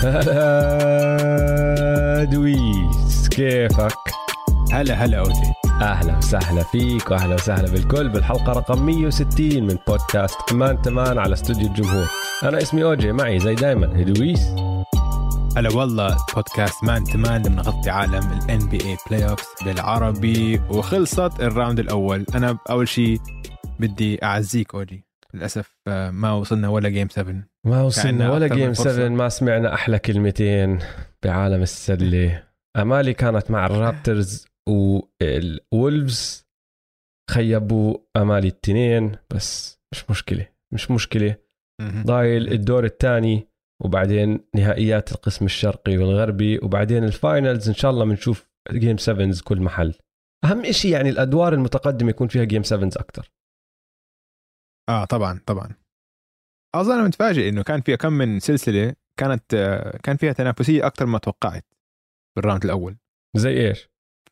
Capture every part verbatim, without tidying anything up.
هلا دويس، كيفك؟ هلا هلا أوتي، أهلا وسهلا فيك وأهلا وسهلا بالكل بالحلقة رقم مية وستين من بودكاست أمان تمان على استوديو الجمهور. أنا اسمي أوجي، معي زي دايما هدويس. هلا والله، بودكاست مان تمان لما نغطي عالم ال إن بي إيه بلاي أوفس بالعربي. وخلصت الراوند الأول. أنا أول شيء بدي أعزيك أوجي، للأسف ما وصلنا ولا جيم سبعة. ما وصلنا ولا جيم سبعة، ما سمعنا أحلى كلمتين بعالم السلة. أمالي كانت مع الرابترز والولفز، خيبوا أمالي التنين، بس مش مشكلة مش مشكلة ضايل الدور الثاني، وبعدين نهائيات القسم الشرقي والغربي، وبعدين الفاينلز. إن شاء الله بنشوف جيم سبعة كل محل. أهم إشي يعني الأدوار المتقدمة يكون فيها جيم سبعة أكتر. آه طبعا طبعا. أظن أنا متفاجئ إنه كان فيها كم من سلسلة كانت كان فيها تنافسية أكتر ما توقعت بالراوند الأول. زي إيش؟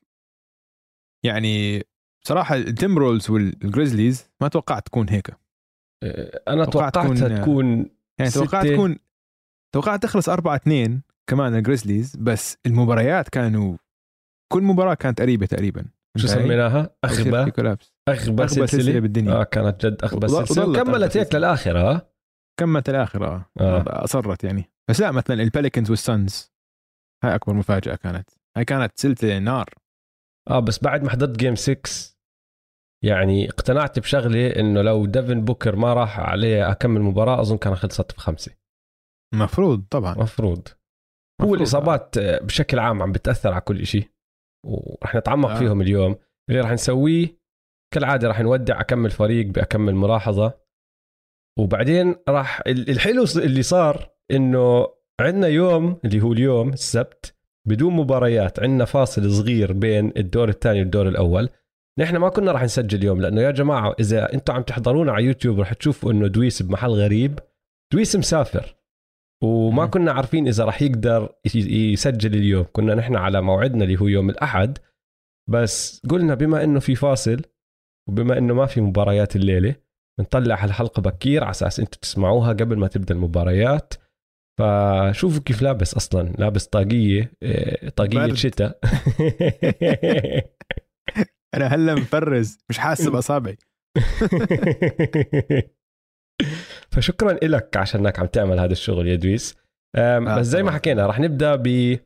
يعني بصراحة التيمبرولز والجريزليز ما توقعت تكون هيك. أنا توقعت توقعتها تكون يعني توقعت تكون توقعت تخلص أربعة اثنين كمان الجريزليز، بس المباريات كانوا كل مباراة كانت قريبة تقريبا. شو سميناها؟ أغبى أغبى سلسلة, سلسلة بالدنيا. آه كانت جد أغبى سلسلة، وكملت هيك للآخر. ها كملت الآخر. آه. آه. أصرت يعني. بس لا، مثلا الباليكنز والسانز هاي أكبر مفاجأة كانت. هاي كانت سلسلة نار. آه بس بعد ما حضرت جيم ستة يعني اقتنعت بشغلة، إنه لو ديفن بوكر ما راح عليه أكمل مباراة أظن كان خلصت بخمسة. مفروض طبعا مفروض. هو الإصابات بشكل عام عم بتأثر على كل إشي، ورح نتعمق آه. فيهم اليوم. اللي رح نسويه كالعادة رح نودع أكمل فريق بأكمل ملاحظة، وبعدين راح الحلو اللي صار إنه عندنا يوم اللي هو اليوم السبت بدون مباريات، عندنا فاصل صغير بين الدور الثاني والدور الأول. نحن ما كنا راح نسجل اليوم لأنه يا جماعة إذا أنتوا عم تحضرونا على يوتيوب رح تشوفوا إنه دويس بمحل غريب. دويس مسافر وما كنا عارفين إذا راح يقدر يسجل اليوم. كنا نحن على موعدنا اللي هو يوم الأحد، بس قلنا بما إنه في فاصل وبما إنه ما في مباريات الليلة نطلع هالحلقة بكير على أساس أنتوا تسمعوها قبل ما تبدأ المباريات. فشوفوا كيف لابس، أصلا لابس طاقية طاقية شتاء. أنا هلا مفرز مش حاسس بأصابعي. فشكرا إلك عشانك عم تعمل هذا الشغل يا دويس. آه بس زي ما حكينا رح نبدأ ب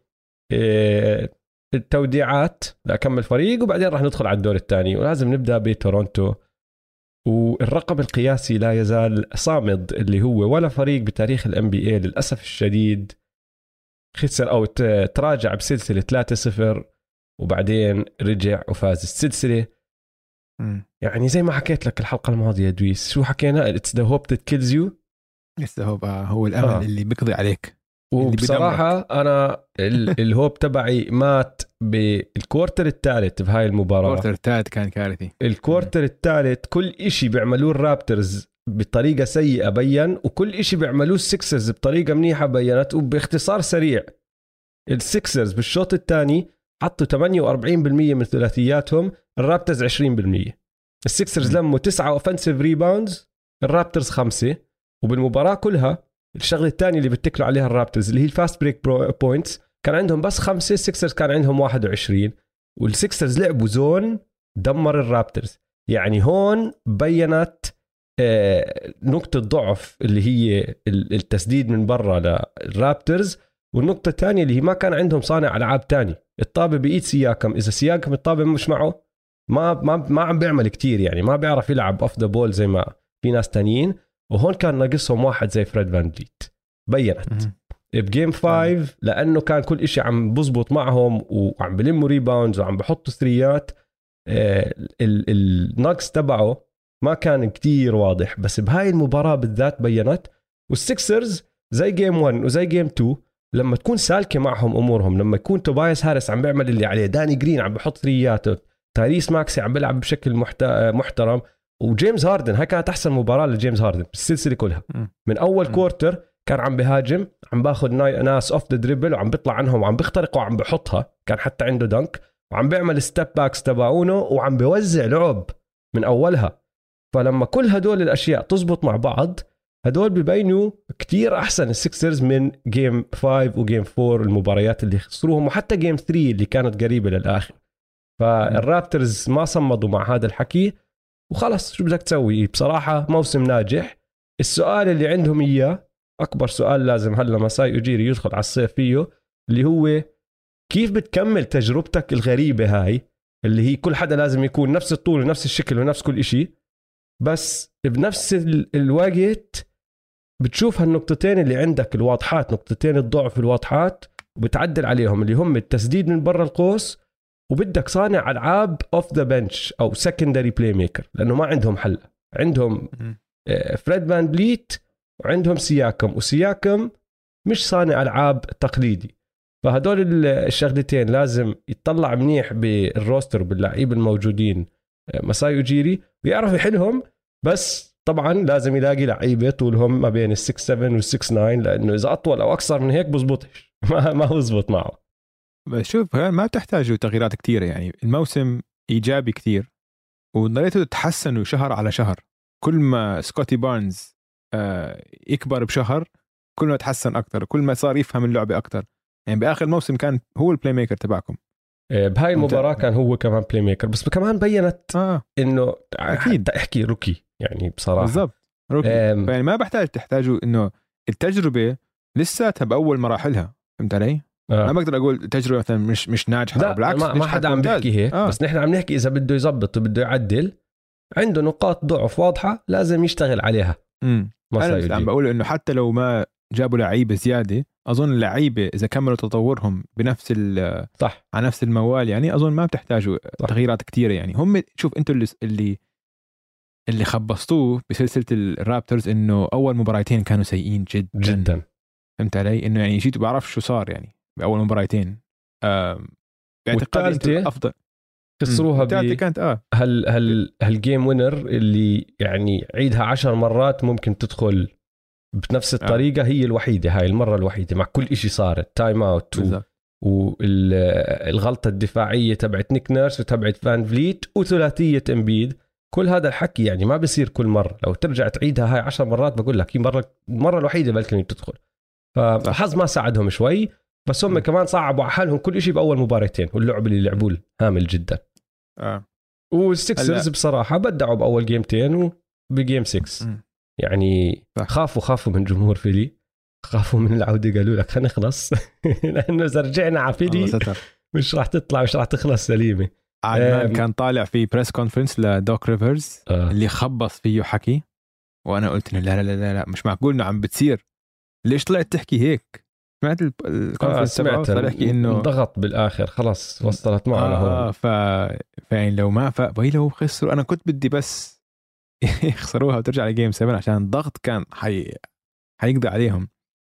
التوديعات لأكمل فريق، وبعدين رح ندخل على الدور الثاني، ولازم نبدأ بتورونتو. والرقم القياسي لا يزال صامد، اللي هو ولا فريق بتاريخ ال إن بي إيه للأسف الشديد خسر أو تراجع بسلسلة ثلاثة صفر وبعدين رجع وفاز السلسلة. م. يعني زي ما حكيت لك الحلقة الماضية يا دويس، شو حكينا؟ It's the hope that kills you. It's the hope. آه هو الأمل آه. اللي بيقضي عليك. وبصراحة أنا الهوب تبعي مات بالكوارتر الثالث بهاي المباراة. الكوارتر الثالث كان كارثي. الكوارتر الثالث كل إشي بيعملوه الرابترز بطريقة سيئة بيّن، وكل إشي بيعملوه السكسرز بطريقة منيحة بيّنت. وباختصار سريع، السكسرز بالشوط الثاني حطوا ثمانية وأربعين بالمية من ثلاثياتهم، الرابترز عشرين بالمية. السكسرز لموا تسعة اوفنسيف ريباوندز، الرابترز خمسة. وبالمباراة كلها الشغلة الثانية اللي بتكلوا عليها الرابترز اللي هي الفاست بريك بوينتس كان عندهم بس خمسة، السكسرز كان عندهم واحد وعشرين. والسكسرز لعبوا زون دمر الرابترز. يعني هون بيّنت نقطة ضعف اللي هي التسديد من برا للرابترز. والنقطة الثانية اللي هي ما كان عندهم صانع ألعاب تاني. الطابة بإيد سياكم، إذا سياكم الطابة مش معه ما ما ما عم بيعمل كتير، يعني ما بيعرف يلعب أوف ذا بول زي ما في ناس تانيين. وهون كان ناقصهم واحد زي فريد فان فليت. بيّنت بجيم فايف لأنه كان كل إشي عم بزبط معهم وعم بلموا ريباوندز وعم بحطوا ثريات. النقص تبعه ما كان كتير واضح، بس بهاي المباراة بالذات بيّنت. والسكسرز زي جيم واحد وزي جيم اثنين لما تكون سالكة معهم أمورهم، لما يكون توبايس هاريس عم بيعمل اللي عليه، داني جرين عم بحط ثرياته، تايريس ماكسي عم بيلعب بشكل محترم، وجيمس هاردن. هاي كانت أحسن مباراة لجيمس هاردن بالسلسلة كلها. من أول كورتر كان عم بهاجم، عم باخد ناس أوف ذا دريبل وعم بيطلع عنهم وعم بيخترق وعم بحطها، كان حتى عنده دنك، وعم بيعمل ستيب باكس تبعونه وعم بيوزع لعب من أولها. فلما كل هدول الأشياء تزبط مع بعض هدول ببينوا كتير أحسن السكسرز من جيم خمسة وجيم أربعة المباريات اللي خسروهم، وحتى جيم ثلاثة اللي كانت قريبة للآخر. فالرابترز ما صمدوا مع هذا الحكي وخلص، شو بدك تسوي؟ بصراحة موسم ناجح. السؤال اللي عندهم إياه أكبر سؤال لازم هلا مساي أوجيري يدخل على الصيف فيه، اللي هو كيف بتكمل تجربتك الغريبة هاي اللي هي كل حدا لازم يكون نفس الطول ونفس الشكل ونفس كل إشي، بس بنفس الوقت بتشوف هالنقطتين اللي عندك الواضحات، نقطتين الضعف الواضحات، وبتعدل عليهم اللي هم التسديد من برا القوس، وبدك صانع ألعاب off the bench أو secondary playmaker، لأنه ما عندهم حل. عندهم فريد فان فليت وعندهم سياكم، وسياكم مش صانع ألعاب تقليدي. فهدول الشغلتين لازم يتطلع منيح بالروستر باللاعب الموجودين مساي أوجيري ويعرف يحلهم، بس طبعا لازم يلاقي لعيبه طولهم ما بين الستة سبعة والستة تسعة، لانه اذا اطول او اقصر من هيك بزبطش ما ما هو زبط معه. شوف ما بتحتاجوا تغييرات كتيرة، يعني الموسم ايجابي كتير ونريته تتحسنوا شهر على شهر. كل ما سكوتي بارنز يكبر بشهر كل ما تحسن اكتر، كل ما صار يفهم اللعبه اكتر. يعني باخر الموسم كان هو البلاي ميكر تبعكم، بهاي المباراه كان هو كمان بلاي ميكر، بس كمان بينت آه. انه اكيد احكي روكي يعني بصراحه بالضبط روكي. يعني ما بحتاج تحتاجوا انه التجربه لساتها باول مراحلها، فهمت علي؟ آه. ما بقدر اقول تجربه مثلا مش مش ناجحه، بالعكس ما, ما حدا عم بيحكي هيك. آه. بس نحن عم نحكي اذا بده يزبط وبده يعدل، عنده نقاط ضعف واضحه لازم يشتغل عليها. امم انا عم بقول انه حتى لو ما جابوا لعيبه زياده، اظن اللعيبه اذا كملوا تطورهم بنفس صح على نفس الموال، يعني اظن ما بتحتاجوا صح. تغييرات كتيره. يعني هم شوف انتوا اللي اللي اللي خبصتوه بسلسله الرابترز انه اول مباراتين كانوا سيئين جدا جدا، فهمت علي؟ انه يعني جيتوا بعرف شو صار يعني باول مباراتين. باعتقادي افضل خسروها ب كانت اه هل هل هالجيم وينر اللي يعني عيدها عشر مرات ممكن تدخل بنفس الطريقه. آه. هي الوحيده، هاي المره الوحيده مع كل إشي صارت تايم اوت و... والغلطه الدفاعيه تبعت نيك نيرس وتبعت فان فليت وثلاثيه امبيد. كل هذا الحكي يعني ما بيصير كل مره، لو ترجع تعيدها هاي عشر مرات بقول لك هي مره المره الوحيده بلكن تدخل. فالحظ ما ساعدهم شوي، بس هم م. كمان صعبوا على حالهم كل إشي باول مباراتين، واللعب اللي لعبوه هامل جدا. اه والسكسرز بصراحه بدعوا باول جيمتين وبجيم ستة م. يعني خافوا خافوا من جمهور فيلي، خافوا من العودة، قالوا لك خلينا نخلص لأنه إذا رجعنا على فيلي مش راح تطلع مش راح تخلص سليمة. عدنان كان طالع في بريس كونفرنس لدوك ريفرز آه. اللي خبص فيه حكي، وأنا قلت له لا لا لا لا مش معقول إنه عم بتصير، ليش طلعت تحكي هيك؟ سمعت الكونفرنس آه تبعه طلع يحكي إنه ضغط بالآخر خلاص وصلت معنا آه هون. ف فين لو ما فبقي لو خسروا أنا كنت بدي بس يخسروها وترجع لجيم سبعة عشان الضغط كان حي حيقضي عليهم.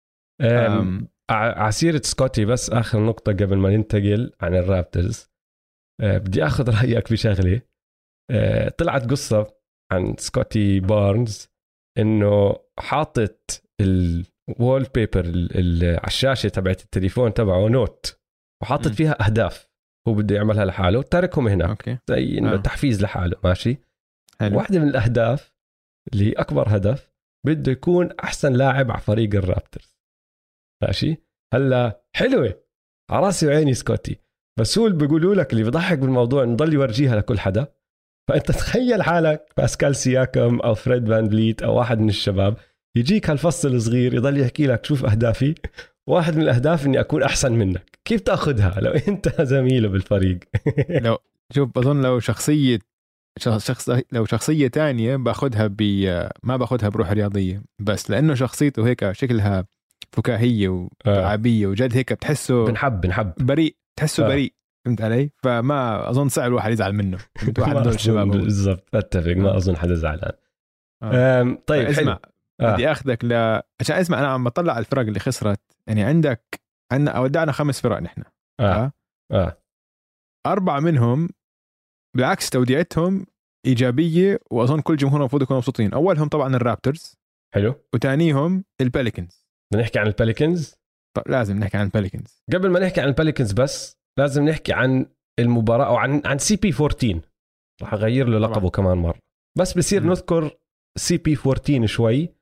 عسيرة سكوتي بس آخر نقطة قبل ما ننتقل عن الرابترز، أه بدي أخذ رأيك في شغلة. أه طلعت قصة عن سكوتي بارنز إنه حاطت الوول بيبر على الشاشة تبعت التليفون تبعه نوت، وحاطت فيها أهداف هو بده يعملها لحاله وتاركهم هنا أوكي. زي إنه آه. تحفيز لحاله ماشي. حلو. واحدة من الأهداف اللي هي أكبر هدف بده يكون أحسن لاعب على فريق الرابترز ماشي. هلا حلوة على راسي وعيني سكوتي، بس هو اللي بيقولوا لك اللي بضحك بالموضوع إنه ضل يورجيها لكل حدا. فأنت تخيل حالك باسكال سياكم أو فريد فان فليت أو واحد من الشباب يجيك هالفصل الصغير يضل يحكي لك شوف أهدافي، واحد من الأهداف إني أكون أحسن منك. كيف تأخذها لو أنت زميله بالفريق؟ لو شوف أظن لو شخصية شخص لو شخصية تانية باخدها ب ما باخدها بروح رياضية، بس لأنه شخصيته هيك شكلها فكاهية وعابية وجد هيك بتحسه بنحب بنحب بريء، تحسه آه. بريء فهمت علي؟ فما أظن صعب الواحد يزعل منه. أنت واحد من الشباب بالضبط أتفق. ما آه. أظن حدا زعلان. آه. طيب اسمع آه. بدي أخذك ل عشان اسمع أنا عم بطلع على الفرق اللي خسرت. يعني عندك عندنا ودعنا خمس فرق نحن آه. آه. آه. أربعة منهم بالعكس توديعتهم إيجابية، وأظن كل جمهور المفروض يكونوا مبسوطين. أولهم طبعا الرابترز حلو، وتانيهم الباليكنز. بدنا نحكي عن الباليكنز. طب لازم نحكي عن الباليكنز. قبل ما نحكي عن الباليكنز بس لازم نحكي عن المباراة أو عن عن سي بي أربعتاشر. راح أغير له لقبه كمان مرة، بس بصير م. نذكر سي بي أربعتاشر شوي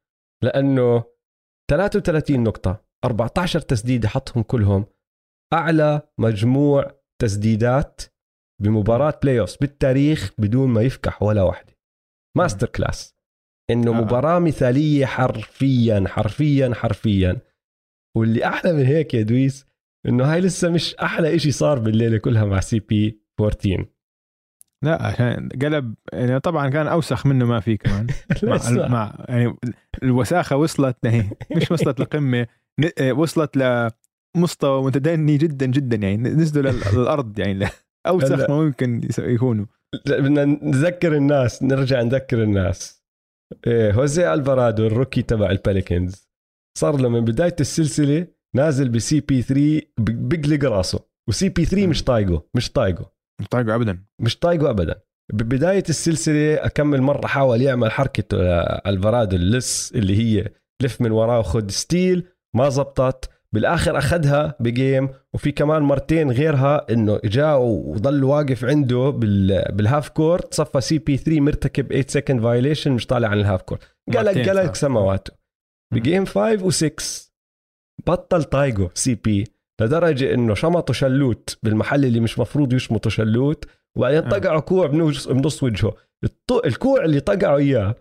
لانه ثلاثة وثلاثين نقطه أربعة عشر تسديده حطهم كلهم، اعلى مجموع تسديدات بمباراه بلاي اوفز بالتاريخ بدون ما يفكح ولا واحده. ماستر كلاس، انه آه. مباراه مثاليه حرفيا حرفيا حرفيا. واللي احلى من هيك يا دويس انه هاي لسه مش احلى إشي صار بالليله كلها مع سي بي أربعة عشر. لا عشان قلب يعني، طبعا كان اوسخ منه ما في كمان مع, مع يعني الوساخه وصلت هي مش وصلت لقمه، وصلت لمستوى متدني جدا جدا يعني، نزلوا للارض يعني اوسخ ما ممكن يكونوا. بدنا نذكر الناس، نرجع نذكر الناس إيه، هوزي ألفارادو الروكي تبع الباليكنز صار له من بدايه السلسله نازل بسي بي ثلاثة بقلق راسه، وسي بي ثلاثة مش طايقه مش طايقه مش طايقه ابدا مش طايقه ابدا. ببدايه السلسله اكمل مره حاول يعمل حركه ألفارادو اللس اللي هي لف من وراه وخد ستيل، ما زبطت. بالاخر اخذها بجيم، وفي كمان مرتين غيرها انه جاء وضل واقف عنده بالهاف كورت، صفى سي بي ثلاثة مرتكب ثمانية سكند فايوليشن مش طالع عن الهاف كورت، قلق قلق سماواته. بجيم خمسة و6 بطل طايقه سي بي، لدرجه انه شمطه شلوت بالمحل اللي مش مفروض يشمطه شلوت، وبعدين طقعه كوع بنص وجهه. الكوع اللي طقعه اياه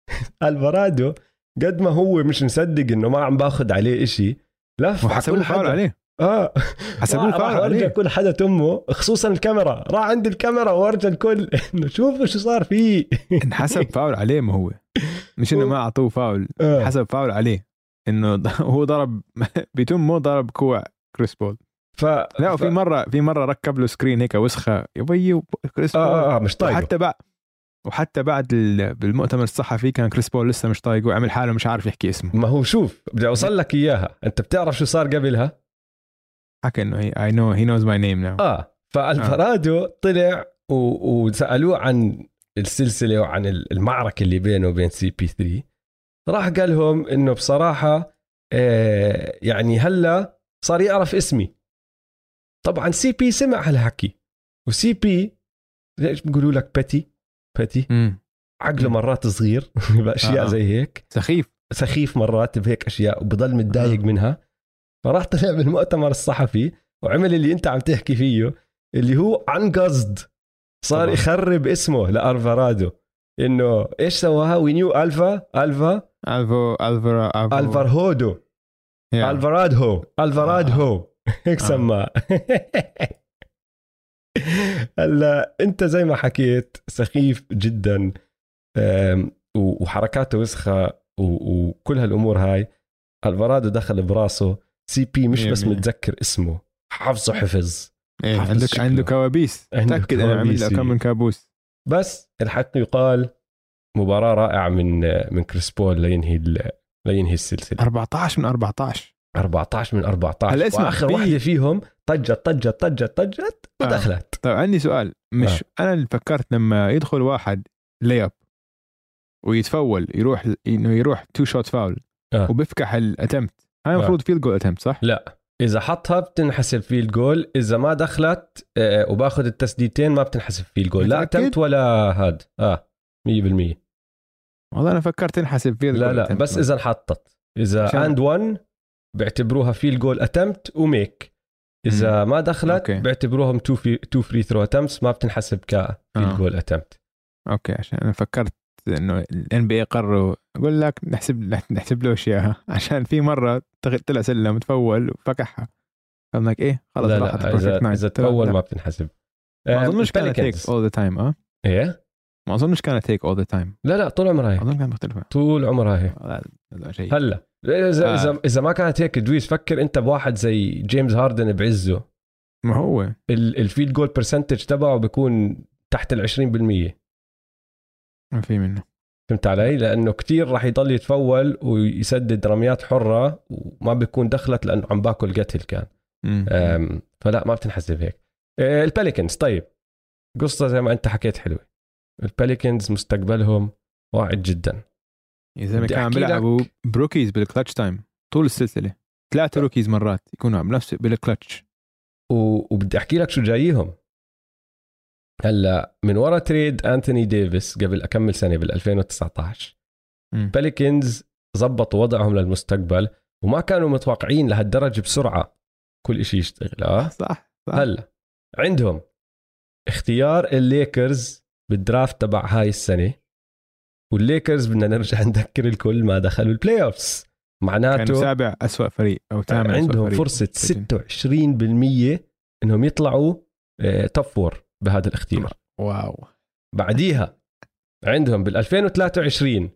ألفارادو قد ما هو مش مصدق انه ما عم باخد عليه اشي، لف وحسبوه فاول عليه. اه حسبوه فاول عليه. كل حدا تمه خصوصا الكاميرا، راح عند الكاميرا وارجع الكل انه شوفوا شو صار فيه. انحسب فاول عليه، ما هو مش انه ما اعطوه فاول، آه. حسب فاول عليه انه هو ضرب بتمه، ضرب كوع كريس بول. ف لا وفي ف... مره في مره ركب له سكرين هيك وسخه يبي كريس بول. اه, آه مش طايقه. وحتى بعد وحتى بعد ال... بالمؤتمر الصحفي كان كريس بول لسه مش طايقه وعمل حاله مش عارف يحكي اسمه. ما هو شوف بدي اوصل لك اياها، انت بتعرف شو صار قبلها؟ حكى انه هي I know he knows my name now. اه فالفرادو آه. طلع و... وسالوه عن السلسله وعن المعركه اللي بينه وبين سي بي ثلاثة، راح قال لهم انه بصراحه آه يعني هلا صار يعرف اسمي. طبعا سي بي سمع هالحكي، وسي بي ليش بيقولوا لك باتي باتي مم. عقله مرات صغير باشياء آه. زي هيك سخيف سخيف مرات بهيك اشياء وبضل متضايق آه. منها. فراح طلع بالمؤتمر الصحفي وعمل اللي انت عم تحكي فيه، اللي هو عن قصد صار طبعا. يخرب اسمه لألفارادو، انه ايش سواها وينيو الفا الفا الفو الفا الفارهودو الفارادو الفارادو هيك سماه. هلا انت زي ما حكيت سخيف جدا وحركاته وسخه وكل هالامور هاي. الفارادو دخل براسه، سي بي مش بس متذكر اسمه، حافظه حفظ. إيه عندك عنده كوابيس، تأكد أنا عمل له كم من كابوس. بس الحق يقال مباراة رائعة من من كريس بول لينهي لينهي السلسلة. أربعة عشر من أربعة عشر أربعة عشر من أربعة عشر، وآخر بي... واحدة فيهم طجت طجت طجت طجت ودخلت. آه. طيب عندي سؤال، مش آه. أنا اللي فكرت لما يدخل واحد لياب ويتفول يروح إنه يروح تو شوت فاول آه. وبفكح الأتمت، هاي المفروض آه. فيلد جول أتمت صح؟ لا، إذا حطها بتنحسب فيلد جول، إذا ما دخلت آه وباخد التسديدتين ما بتنحسب فيلد جول. لا أتمت ولا هاد آه مية بالمية. والله أنا فكرت تنحسب فيلد جول. لا لا بس ما. إذا حطت إذا أند ون بيعتبروها فيلد جول أتمت وميك، إذا ما دخلت أوكي. بيعتبروهم تو في تو فري ثرو أتمتس، ما بتنحسب كفيلد جول أتمت. أوكي عشان أنا فكرت إنه الإن بي إيه قرروا أقول لك نحسب نحسب له أشياء، عشان في مرة طلع سلم تفول وفكحها، قال لك إيه خلاص لا لا إذا, إذا تفول ما بتنحسب. ما أظنش كانت هيك all the time أه إيه ما أظنش كانت هيك all the time. لا لا طول عمرها هيك. أظن كانت مختلفة طول عمرها هيك. هلا إذا, آه. إذا إذا ما كانت هيك دويس، فكر أنت بواحد زي جيمس هاردن بعزه، ما هو الفيلد جول برسنتج تبعه بيكون تحت العشرين بالمية. ما في منه، فهمت علي؟ لأنه كتير راح يضل يتفول ويسدد رميات حرة وما بيكون دخلت لأنه عم باكل قتل كان. فلا ما بتنحسب هيك. الباليكنز طيب قصة زي ما أنت حكيت حلوة. الباليكنز مستقبلهم واعد جدا. إذا ما كان بيلعبوا بروكيز بالكلتش تايم طول السلسلة، ثلاثة روكيز مرات يكونوا بنفس بالكلتش. وبدي أحكي لك شو جاييهم هلا من وراء تريد أنتوني ديفيس قبل أكمل سنة بال ألفين وتسعة عشر. باليكنز زبطوا وضعهم للمستقبل وما كانوا متوقعين لهالدرجة بسرعة كل إشي يشتغل. آه صح, صح. هلا عندهم اختيار الليكرز بالدرافت تبع هاي السنة، والليكرز بدنا نرجع نذكر الكل ما دخلوا البلاي أوفس، معناته كانوا سابع أسوأ فريق أو ثامن عندهم فريق. فرصة ستة وعشرين بالمية إنهم يطلعوا توب فور بهذا الاختيار. واو. بعديها عندهم بالألفين وثلاثة وعشرين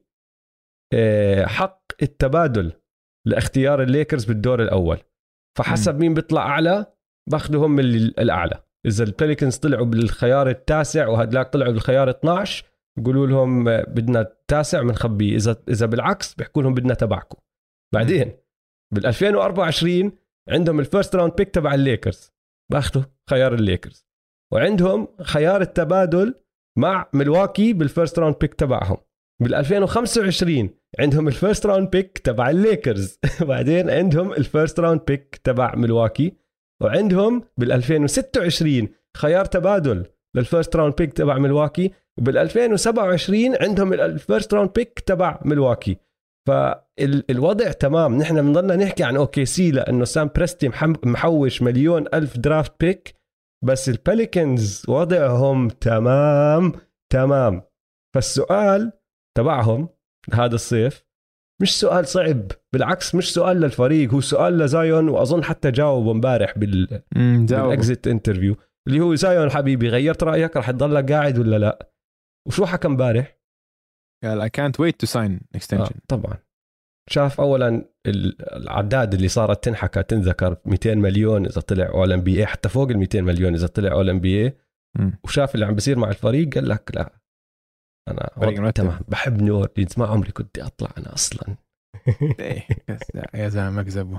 حق التبادل لاختيار الليكرز بالدور الأول، فحسب مين بيطلع أعلى باخدهم من الأعلى. إذا البليكنز طلعوا بالخيار التاسع وهدلاك طلعوا بالخيار اثناشر يقولوا لهم بدنا التاسع منخبيه، إذا إذا بالعكس بيحكوا لهم بدنا تبعكم. بعدين بالألفين وأربعة وعشرين عندهم الفيرست راوند بيك تبع الليكرز باخدوا خيار الليكرز، وعندهم خيار التبادل مع ملواكي بالفيرست راوند بيك تبعهم. بال2025 عندهم الفيرست راوند بيك تبع الليكرز بعدين عندهم الفيرست راوند بيك تبع ملواكي، وعندهم بال2026 خيار تبادل للفيرست راوند بيك تبع ملواكي، وبال2027 عندهم الفيرست راوند بيك تبع ملواكي. فالوضع تمام. نحن بنضلنا نحكي عن اوكي سي لانه سام بريستي محوش مليون الف درافت بيك، بس الباليكنز وضعهم تمام تمام. فالسؤال تبعهم هذا الصيف مش سؤال صعب، بالعكس مش سؤال للفريق، هو سؤال لزايون، واظن حتى جاوبوا امبارح بال بالاكزيت انترفيو اللي هو زايون حبيبي غيرت رايك رح تضلك قاعد ولا لا؟ وشو حكى امبارح؟ قال I can't wait to sign extension. آه طبعا شاف اولا العداد اللي صارت تنحكى تنذكر مئتين مليون اذا طلع اول ام بي اي، حتى فوق ال مئتين مليون اذا طلع اول ام بي اي، وشاف اللي عم بيصير مع الفريق قال لك لا انا تمام بحب نيو اورلينز، ما عمري كنت اطلع انا اصلا. ايه يا زلمه مكذبوا.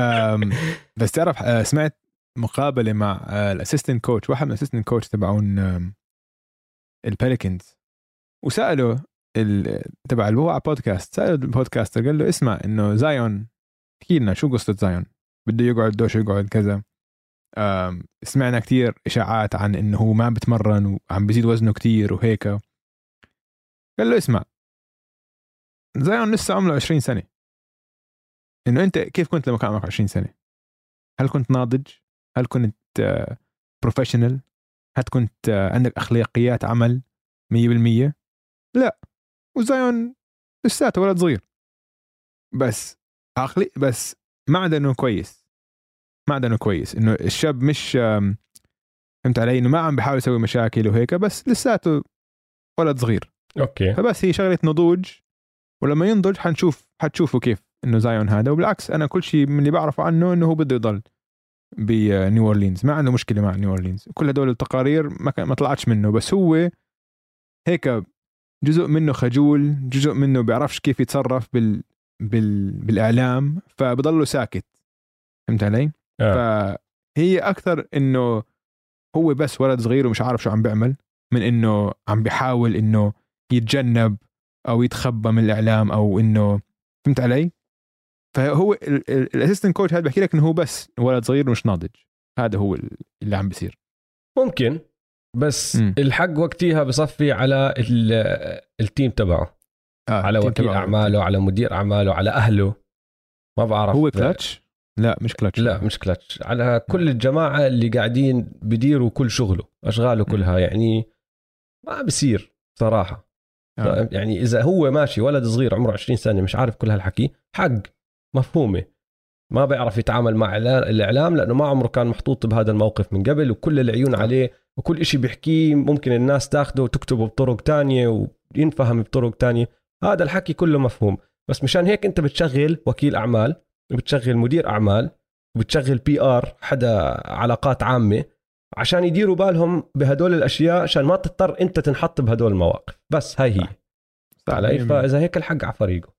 بس تعرف سمعت مقابله مع الاسيستنت كوتش، واحد من الاسيستنت كوتش تبعون الباليكنز، وسالوا تبع اللي هو على بودكاست، سأل البودكاستر قال له اسمع انه زايون احكي لنا شو قصة زايون، بده يقعد دوش يقعد كذا، سمعنا كتير اشاعات عن انه هو ما بتمرن وعم بيزيد وزنه كتير وهيك. قال له اسمع زايون لسه عمره عشرين سنة، انه انت كيف كنت لما كان عمرك عشرين سنة؟ هل كنت ناضج؟ هل كنت بروفيشنال؟ هل كنت عندك اخلاقيات عمل مية بالمية؟ لا. وزايون لساته ولد صغير، بس عقلي بس معدنه كويس، معدنه كويس، انه الشاب مش فهمت علي، انه ما عم بحاول يسوي مشاكل وهيك، بس لساته ولد صغير. اوكي. فبس هي شغله نضوج، ولما ينضج حنشوف حتشوفوا كيف انه زايون هذا. وبالعكس انا كل شيء من اللي بعرفه عنه انه هو بده يضل بنيو اورلينز، ما عنده مشكله مع نيو اورلينز. كل هدول التقارير ما ما طلعتش منه، بس هو هيك جزء منه خجول، جزء منه بيعرفش كيف يتصرف بال... بال... بالإعلام، فبضله ساكت. فهمت علي؟ آه. فهي أكثر إنه هو بس ولد صغير ومش عارف شو عم بيعمل، من إنه عم بيحاول إنه يتجنب أو يتخبى من الإعلام أو إنه فهمت علي؟ فهو الأسيستنت كوتش هذا بحكي لك إنه هو بس ولد صغير ومش ناضج، هذا هو اللي عم بيصير. ممكن، بس م. الحق وقتها بصفي على التيم تبعه، آه على وكيل أعماله، على مدير أعماله، على أهله. ما بعرف هو كلاتش؟ لا مش كلاتش، لا مش كلاتش، على كل الجماعة اللي قاعدين بديروا كل شغله أشغاله كلها. يعني ما بصير صراحة. آه. يعني إذا هو ماشي ولد صغير عمره عشرين سنة مش عارف كل هالحكي، حق مفهومة، ما بيعرف يتعامل مع الإعلام لأنه ما عمره كان محطوط بهذا الموقف من قبل، وكل العيون عليه، وكل إشي بيحكيه ممكن الناس تاخده وتكتبه بطرق تانية وينفهم بطرق تانية. هذا الحكي كله مفهوم، بس مشان هيك أنت بتشغل وكيل أعمال وبتشغل مدير أعمال وبتشغل بي آر، حدا علاقات عامة، عشان يديروا بالهم بهدول الأشياء، عشان ما تضطر أنت تنحط بهدول المواقف. بس هاي هي علي. فإذا هيك الحق على فريقه.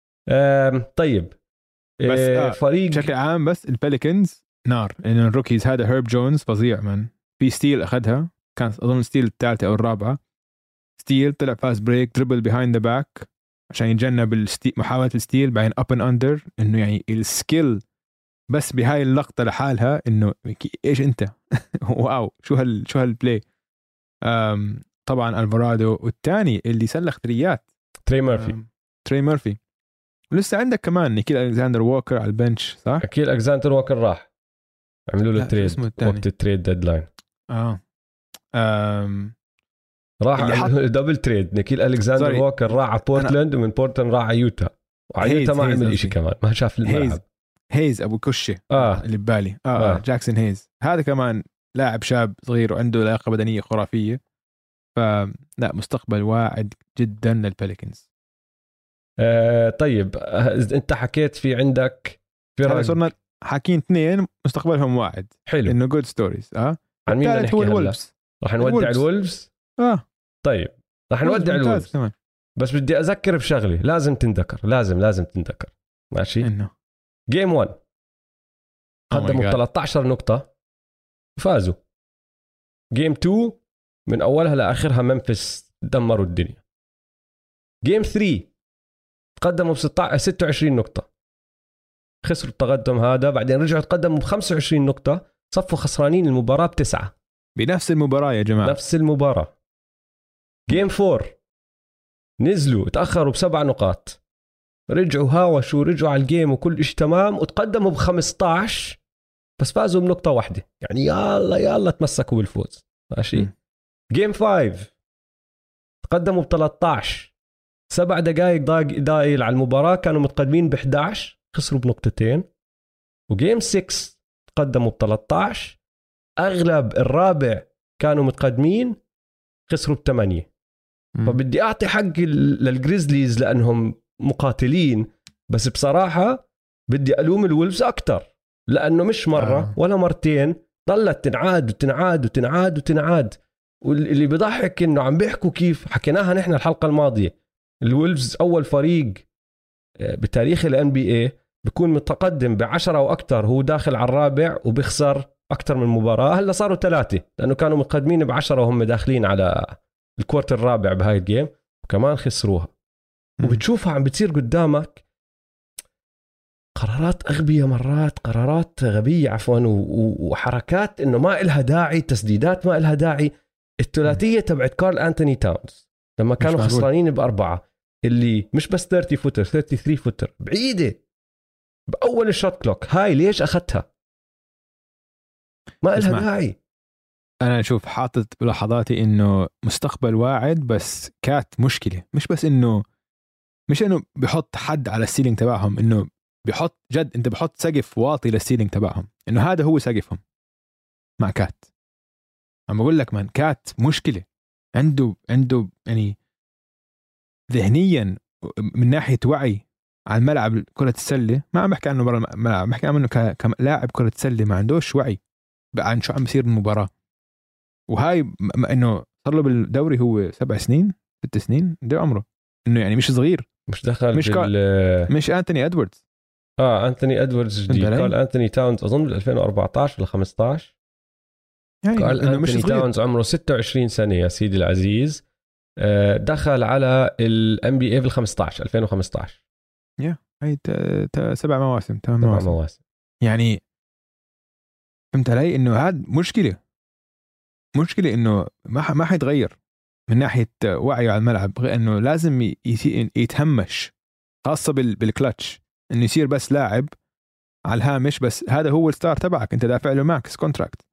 طيب بس آه فريق بشكل عام، بس الباليكنز نار، لأن الروكيز هذا هيرب جونز فظيع من في ستيل أخذها، كان أظن ستيل الثالثة أو الرابعة. ستيل طلع فاس بريك دربل بيهايند ذا باك عشان يتجنب الستيل، محاولة الستيل بعدين أب أند أندر. إنه يعني السكيل بس بهاي اللقطة لحالها إنه إيش أنت واو شو هال شو هالبلاي. طبعا الفارادو، والثاني اللي سلخ ثريات تري ميرفي تري ميرفي ولسه عندك كمان نيكيل ألكساندر ووكر على البنش صح؟ أكيد ألكساندر ووكر راح عملوا له تريد وقت التريد ديدلاين. اه أم... راح عملوا دبل تريد. نيكيل ألكساندر ووكر راح على بورتلاند ومن بورتلاند راح على يوتا، وعلى يوتا ما عمل إشي كمان، ما شاف الملعب. هيز, هيز أبو كشة آه. اللي ببالي آه, آه. آه. جاكسون هيز هذا كمان لاعب شاب صغير وعنده لياقة بدنية خرافية، فلا مستقبل واعد جدا للباليكنز. آه طيب انت حكيت في عندك فرق صرنا حاكين اثنين مستقبلهم واعد، حلو انه جود ستوريز. اه عن مين بدنا نحكي هلا؟ راح نودع الولفز. اه طيب راح نودع الولفز كمان. بس بدي اذكر بشغله لازم تنذكر، لازم لازم تنذكر ماشي. انه جيم واحد قدموا ثلاثة عشر نقطة وفازوا. جيم اثنين من اولها لاخرها منفس دمروا الدنيا. جيم ثلاثة تقدموا ب ستة وعشرين نقطة، خسروا التقدم هذا، بعدين رجعوا تقدموا ب خمسة وعشرين نقطة، صفوا خسرانين المباراة بتسعة. بنفس المباراة يا جماعة، نفس المباراة. جيم فور نزلوا تأخروا بسبع نقاط، رجعوا هاوشوا رجعوا على الجيم وكل إشي تمام، وتقدموا ب خمسة عشر بس فازوا بنقطة واحدة. يعني يلا يلا تمسكوا بالفوز ماشي. م. جيم فايف تقدموا ب ثلاثة عشر، سبع دقائق ضايل على المباراة، كانوا متقدمين ب إحدى عشر خسروا بنقطتين. وجيم ستة تقدموا ب ثلاثة عشر، أغلب الرابع كانوا متقدمين خسروا بثمانية. فبدي أعطي حق للجريزليز لأنهم مقاتلين، بس بصراحة بدي ألوم الولفز أكتر، لأنه مش مرة آه. ولا مرتين ضلت تنعاد وتنعاد وتنعاد وتنعاد. واللي بضحك إنه عم بيحكوا كيف حكيناها نحن الحلقة الماضية، الولفز أول فريق بتاريخ ال إن بي إيه بيكون متقدم بعشرة أو أكتر، هو داخل على الرابع وبيخسر أكتر من مباراة. هلا صاروا ثلاثة لأنه كانوا متقدمين بعشرة وهم داخلين على الكوارتر الرابع بهاي الجيم وكمان خسروها. وبتشوفها عم بتصير قدامك قرارات أغبية مرات، قرارات غبية عفوا، وحركات إنه ما إلها داعي، تسديدات ما إلها داعي. الثلاثية تبعت كارل أنتوني تاونز لما كانوا خسرانين بأربعة، اللي مش بس ثلاثين فوتر ثلاثة وثلاثين فوتر بعيدة بأول الشوت كلوك، هاي ليش أخذتها؟ ما إلها داعي. أنا أشوف حاطط بلحظاتي إنه مستقبل واعد، بس كات مشكلة، مش بس إنه مش إنه بيحط حد على السيلينج تبعهم، إنه بيحط جد أنت بيحط سقف واطي للسيلينج تبعهم، إنه هذا هو سقفهم مع كات. عم بقول لك مان كات مشكلة، عنده عنده يعني ذهنيا من ناحية وعي على الملعب كرة السلة، ما عم بحكي عنه برا الملعب، بحكي عنه كلاعب كرة السلة ما عندوش وعي عن شو عم بيصير بالمباراة. وهاي م- انه صار له بالدوري هو سبع سنين ست سنين ده عمره، انه يعني مش صغير، مش دخل مش بال... مش أنتوني أدواردز. اه أنتوني أدواردز جديد، قال أنتوني تاونز أظن بال ألفين وأربعة عشر ولا خمسة عشر، يعني قال إنه أنتوني تاونز عمره ستة وعشرين سنة يا سيدي العزيز. آه دخل على ال إن بي إيه بال خمسة عشر ألفين وخمسة عشر، يا هاي ت... ت... سبع مواسم ثمان مواسم. مواسم يعني فهمت علي؟ انه هذا مشكله مشكله انه ما ح... ما حيتغير من ناحيه وعيه على الملعب، غير انه لازم ي... يتهمش خاصه بال... بالكلتش، انه يصير بس لاعب على الهامش، بس هذا هو الستار تبعك، انت دافع له ماكس كونتراكت.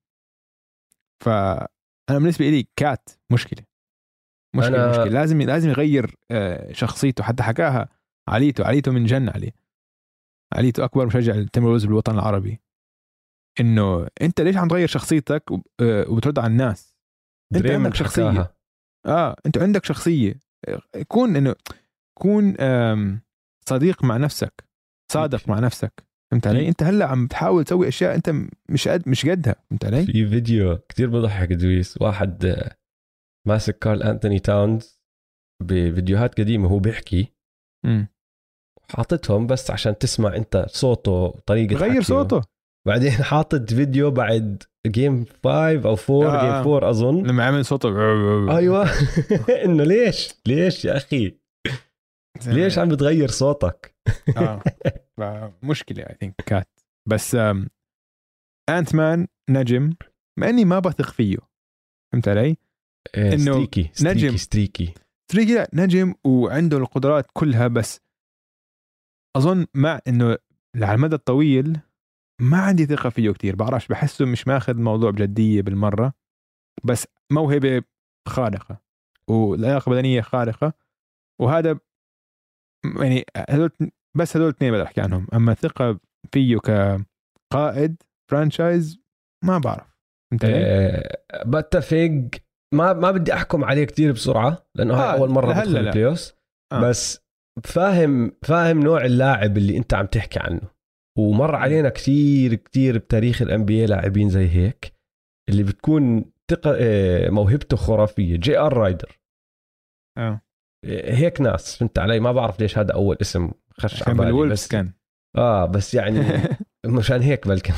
فانا بالنسبه لي كات مشكله مشكله أنا... مشكله لازم لازم يغير شخصيته. حتى حكاها عليته عليته من جن عليه عليته اكبر مشجع للتيمبرولز بالوطن العربي، انه انت ليش عم تغير شخصيتك وبترد على الناس؟ انت عندك شخصيه حكاها. اه انت عندك شخصيه، كون انه كون صديق مع نفسك، صادق مع نفسك، فهمت علي؟ انت هلا عم تحاول تسوي اشياء انت مش قد مش قدها، فهمت علي؟ في فيديو كتير بضحك دويس، واحد ماسك كارل أنتوني تاونز بفيديوهات قديمه هو بيحكي امم حاطتهم بس عشان تسمع انت صوته وطريقه غير صوته. بعدين حاطط فيديو بعد جيم خمسة او أربعة، آه. جيم أربعة اظن، لما عمل صوته ايوه انه ليش ليش يا اخي ليش عم بتغير صوتك؟ اه مشكله اي ثينك كات. بس انت مان نجم، مع اني ما بثق فيه، فهمت علي؟ انه ستريكي نجم ستريكي ستريكي لا نجم وعنده القدرات كلها، بس اظن مع انه على المدى الطويل ما عندي ثقه فيه كتير، بعرفش، بحسه مش ماخذ الموضوع بجديه بالمره، بس موهبه خارقه ولياقه بدنيه خارقه، وهذا يعني هذول بس هذول اثنين بدي احكي عنهم. اما ثقه فيه كقائد فرانشايز ما بعرف. انت أه بتفق، ما ما بدي احكم عليه كتير بسرعه لانه هاي آه اول مره لهلا بدخل لا. البلاي اوف آه. بس فاهم فاهم نوع اللاعب اللي انت عم تحكي عنه، ومر علينا كتير كتير بتاريخ الان بي اي لاعبين زي هيك اللي بتكون تق... موهبته خرافيه. جي ار رايدر اه هيك ناس، فهمت علي؟ ما بعرف ليش هذا اول اسم خش على بالي، بس كان اه بس يعني مشان هيك بلكن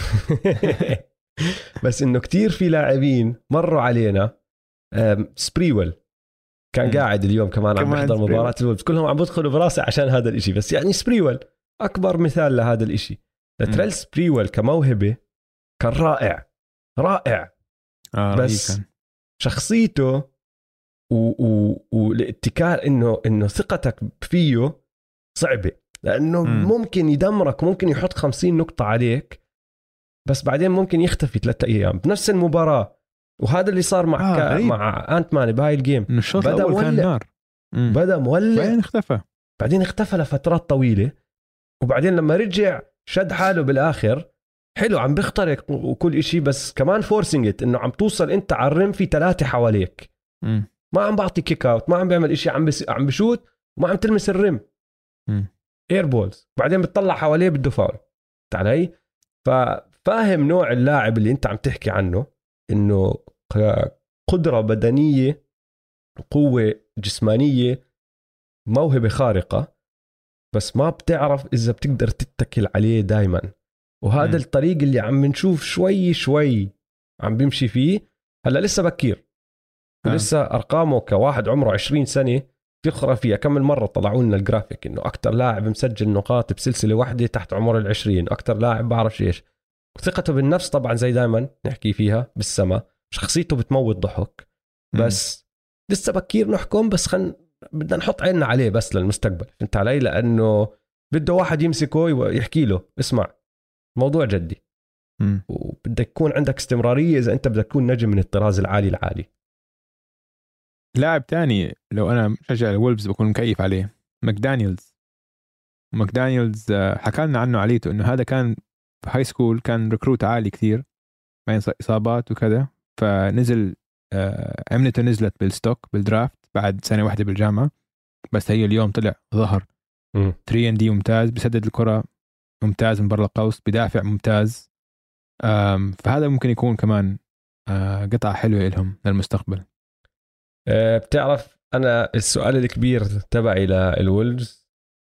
بس انه كتير في لاعبين مروا علينا. سبريويل كان م. قاعد اليوم كمان عم بحضر مباراة الولفز، كلهم عم بدخلوا براسي عشان هذا الاشي، بس يعني سبريويل اكبر مثال لهذا الاشي. تريل سبريويل كموهبة كان رائع رائع آه بس كان. شخصيته والاتكال انه انه ثقتك فيه صعبة، لانه م. ممكن يدمرك، ممكن يحط خمسين نقطة عليك بس بعدين ممكن يختفي ثلاثة ايام بنفس المباراة. وهذا اللي صار مع آه ك... مع انت مان بهاي الجيم، بدا مولع نار. بدا مولع بعدين اختفى بعدين اختفى لفترات طويلة، وبعدين لما رجع شد حاله بالاخر حلو، عم بيخترق وكل اشي، بس كمان فورسينجت انه عم توصل انت على الرم في ثلاثة حواليك، م. ما عم بعطي كيك اوت، ما عم بيعمل اشي، عم بس... عم بشوت وما عم تلمس الرم، اير بولز، بعدين بتطلع حواليه بده فاول. علي؟ ففاهم نوع اللاعب اللي انت عم تحكي عنه، انه قدرة بدنية، قوة جسمانية، موهبة خارقة، بس ما بتعرف إذا بتقدر تتكل عليه دايما. وهذا م. الطريق اللي عم نشوف شوي شوي عم بيمشي فيه. هلا لسه بكير ولسه أرقامه كواحد عمره عشرين سنة في خرافية. كم مرة طلعوا لنا الجرافيك إنه أكتر لاعب مسجل نقاط بسلسلة واحدة تحت عمر العشرين، أكتر لاعب بعرف إيش. ثقته بالنفس طبعا زي دايما نحكي فيها بالسما، شخصيته بتموت ضحك، بس م. لسه بكير نحكم، بس خن بدنا نحط عيننا عليه بس للمستقبل، فهمت علي؟ لأنه بده واحد يمسكه ويحكي له اسمع موضوع جدي، م. وبدك يكون عندك استمرارية إذا أنت بدك تكون نجم من الطراز العالي العالي. لاعب تاني لو أنا مشجع الولفز بكون مكيف عليه، ماكدانيلز. ماكدانيلز حكى لنا عنه عليته إنه هذا كان في هاي سكول كان ريكروت عالي كثير، بين إصابات وكذا، فنزل عملته نزلت بالستوك بالدرافت بعد سنة واحدة بالجامعة، بس هي اليوم طلع ظهر ثري إن دي ممتاز، بسدد الكرة ممتاز من برا القوس، بدافع ممتاز. فهذا ممكن يكون كمان قطعة حلوة لهم للمستقبل. أه بتعرف أنا السؤال الكبير تبعي للولفز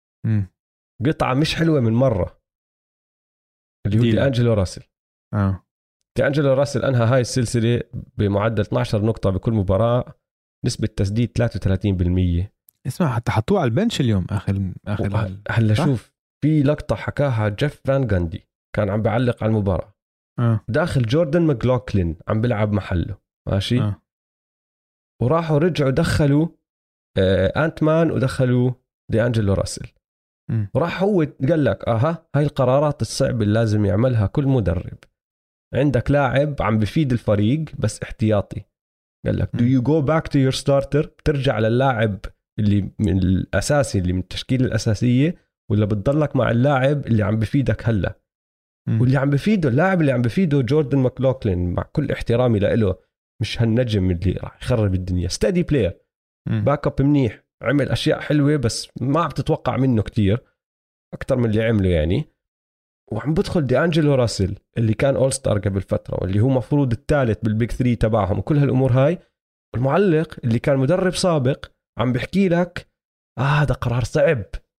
قطعة مش حلوة من مرة، اللي هو دي, دي أنجلو راسل. آه. دي أنجلو راسل أنهى هاي السلسلة بمعدل اثنتي عشرة نقطة بكل مباراة، نسبة تسديد ثلاثة وثلاثين بالمية. اسمع حتى حطوه على البنش اليوم آخر آخر هلا شوف في لقطة حكاها جيف فان غاندي، كان عم بعلق على المباراة آه. داخل جوردن ماكلوكلين عم بلعب محله ماشي، آه. وراحوا رجعوا دخلوا آه أنت مان ودخلوا دي أنجلو راسل. م. وراح هو قال لك اها هاي القرارات الصعبة اللي لازم يعملها كل مدرب. عندك لاعب عم بفيد الفريق بس احتياطي، قال لك do you go back to your starter، بترجع للاعب اللي من الأساسي اللي من التشكيلة الأساسية، ولا بتضلك مع اللاعب اللي عم بفيدك هلا؟ م. واللي عم بفيده اللاعب اللي عم بفيده جوردن ماكلوكلين، مع كل احترامي له مش هالنجم اللي راح يخرب الدنيا، ستادي بلاير، باك اب منيح، عمل أشياء حلوة بس ما بتتوقع منه كتير أكتر من اللي عمله يعني. وعم بدخل دي أنجلو راسل اللي كان أول ستار قبل فترة، واللي هو مفروض الثالث بالبيك ثري تبعهم وكل هالأمور هاي. المعلق اللي كان مدرب سابق عم بحكي لك آه هذا قرار صعب،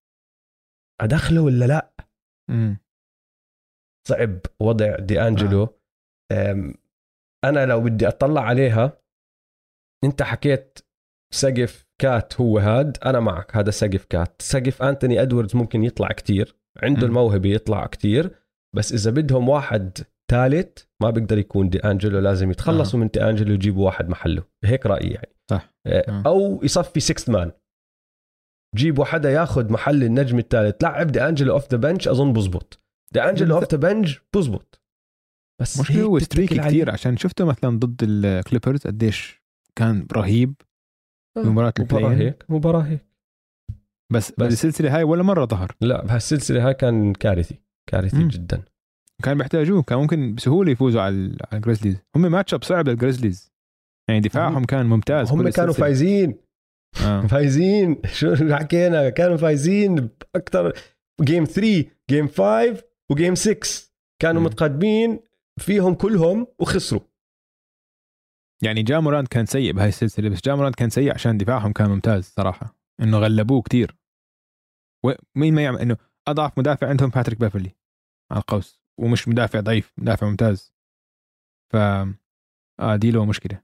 أدخله ولا لا؟ م. صعب وضع دي أنجلو. آه. أنا لو بدي أطلع عليها، أنت حكيت سقف كات هو هاد، أنا معك، هذا سقف كات. سقف أنتوني أدواردز ممكن يطلع كتير، عنده م. الموهبة يطلع كتير، بس إذا بدهم واحد ثالث ما بيقدر يكون دي أنجلو، لازم يتخلصوا أه. من دي أنجلو يجيبوا واحد محله، هيك رأيي يعني. صح. أه. أو يصفي سيكست مان جيبوا حدا ياخد محل النجم الثالث، لعب دي أنجلو اوف ذا بنش اظن بزبط، دي أنجلو اوف ذا بنش بزبط. بس مش هو ستريكي كتير عشان شفته مثلا ضد الكليبرز قديش كان رهيب في مباراة مباراة هيك مباراة هيك بس, بس بالسلسلة هاي ولا مرة ظهر. لا بهالسلسلة هاي كان كارثي كارثي مم. جدا. كان بيحتاجوه، كان ممكن بسهولة يفوزوا على الجريزليز. هم ماتش اب صعب للجريزليز يعني دفاعهم كان ممتاز. هم كانوا فايزين آه. فايزين شو حكينا كانوا فايزين أكتر. جيم ثلاثة جيم خمسة وجيم ستة كانوا م. متقدمين فيهم كلهم وخسروا. يعني جا مورانت كان سيء بهاي السلسلة، بس جا مورانت كان سيء عشان دفاعهم كان ممتاز صراحة، إنه غلبوه كتير. ومين ما يعمل إنه أضعف مدافع عندهم باتريك بيفرلي على القوس، ومش مدافع ضعيف، مدافع ممتاز. ف آه دي له مشكلة.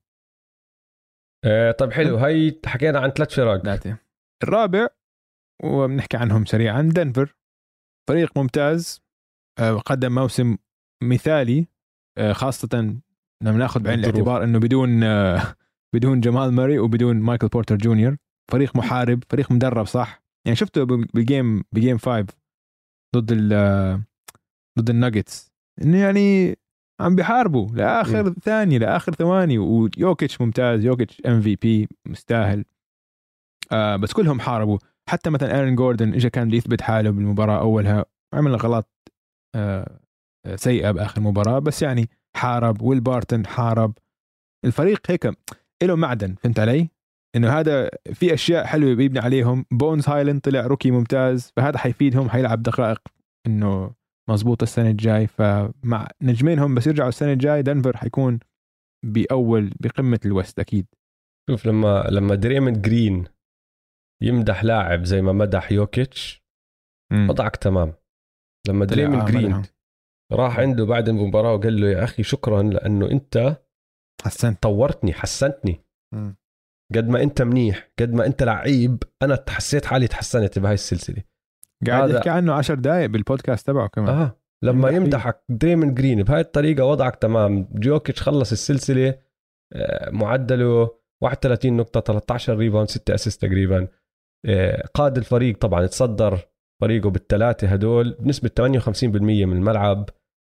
آه طيب حلو. هاي حكينا عن ثلاث فرق. ثلاثة. الرابع وبنحكي عنهم سريعا، دنفر فريق ممتاز، آه قدم موسم مثالي، آه خاصة لما ناخذ بعين الاعتبار انه بدون آه بدون جمال ماري وبدون مايكل بورتر جونيور. فريق محارب، فريق مدرب صح. يعني شفته بالجيم بجيم خمسة ضد ال ضد الناجتس انه يعني عم بيحاربوا لاخر م. ثانية لاخر ثواني. ويوكيتش ممتاز، يوكيتش ام في بي مستاهل. آه بس كلهم حاربوا. حتى مثلا ايرن جوردن اجى كان يثبت حاله بالمباراة اولها، عمل غلط آه سيئة باخر مباراة، بس يعني حارب. ويل بارتن حارب. الفريق هيك له معدن، فهمت علي؟ انه هذا في اشياء حلوه بيبني عليهم. بونز هايلاند طلع روكي ممتاز، فهذا حيفيدهم، حيلعب دقائق انه مزبوط السنه الجاي. فمع نجمينهم بس يرجعوا السنه الجاي دنفر حيكون باول بقمه الوست اكيد. شوف لما لما دريموند جرين يمدح لاعب زي ما مدح يوكيتش وضعك تمام. لما دريموند جرين مدحهم. راح عنده بعد المباراه وقال له يا اخي شكرا لانه انت حسنت طورتني حسنتني. م. قد ما انت منيح قد ما انت لعيب انا حسيت حالي تحسنت بهاي السلسله. قاعد يحكي عنه عشر دقائق بالبودكاست تبعه كمان. اه لما يمدحك دريموند جرين بهاي الطريقه وضعك تمام. جوكيتش خلص السلسله آه معدله واحد وثلاثين نقطه، ثلاثة عشر ريباوند، ستة اسيست تقريبا. آه قاد الفريق طبعا، تصدر فريقه بالثلاثه هدول بنسبه ثمانية وخمسين بالمية من الملعب.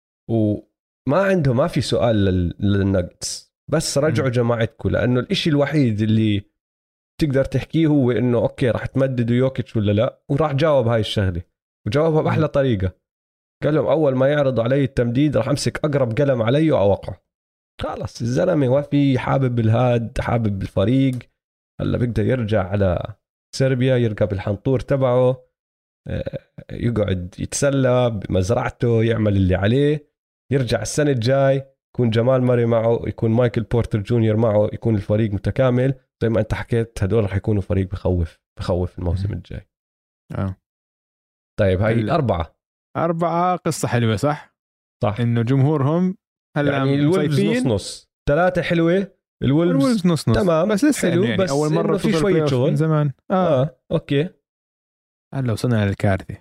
وما عنده ما في سؤال للناجتس، بس رجعوا جماعتكم. لأنه الإشي الوحيد اللي تقدر تحكيه هو إنه أوكي راح تمددوا يوكيتش ولا لا، وراح جاوب هاي الشغلة وجاوبها بأحلى طريقة. قال لهم أول ما يعرضوا علي التمديد راح أمسك أقرب قلم علي وأوقعه. خلاص الزلمة وفي حابب الهاد، حابب الفريق. هلا بيقدر يرجع على سربيا، يرقى بالحنطور تبعه، يقعد يتسلى بمزرعته، يعمل اللي عليه، يرجع السنة الجاي يكون جمال ماري معه، يكون مايكل بورتر جونيور معه، يكون الفريق متكامل. زي ما انت حكيت هدول رح يكونوا فريق بخوف بخوف الموسم الجاي. اه طيب هاي ال... أربعة أربعة قصة حلوة صح؟ صح. إنه جمهورهم هلا يعني الولفز نص نص، ثلاثة حلوة الولفز نص نص تمام، بس لسه حلو يعني بس أول مرة في شوية شغل من زمان. آه, آه. أوكي هلا وصلنا للكارثة.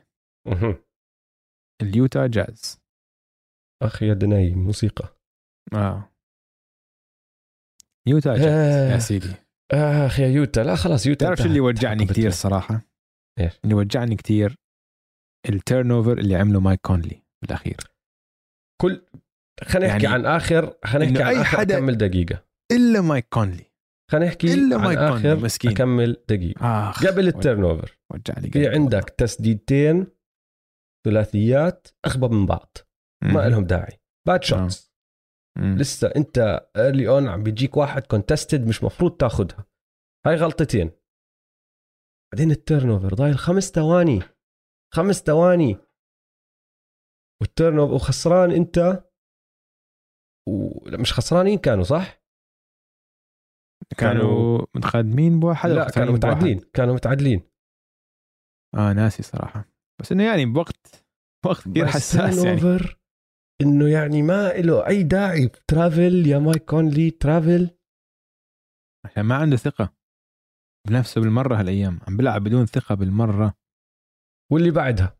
اليوتا جاز. أخي يا دناي موسيقى. آه يوتا جاز آه. يا سيدي آخ يا يوتا. لا خلاص يوتا. تعرف اللي وجعني كتير صراحة؟ إيش اللي وجعني كتير؟ التيرن اوفر اللي عمله مايك كونلي بالأخير. كل خلينا نحكي يعني عن آخر خلينا نحكي عن آخر أكمل دقيقة إلا مايك كونلي. خلينا نحكي إلا عن مايك آخر مسكين. أكمل دقيقة آه. قبل التيرن اوفر وجعني. في عندك تسديدتين ثلاثيات أخبى من بعض ما لهم داعي، باد شوتس. لسه انت ايرلي اون عم بيجيك واحد كونتستد مش مفروض تاخدها. هاي غلطتين. بعدين التيرن اوفر ضايل خمس ثواني خمس ثواني والتيرن اوفر وخسران انت. ومش خسرانين كانوا صح؟ كانوا متقدمين بواحد. لا كانوا متعادلين. كانوا متعادلين. اه ناسي صراحة، بس انه يعني بوقت وقت كثير حساس يعني. انه يعني ما له اي داعي ترافل يا مايك كونلي ترافل عشان ما عنده ثقة بنفسه بالمرة. هالايام عم بلعب بدون ثقة بالمرة. واللي بعدها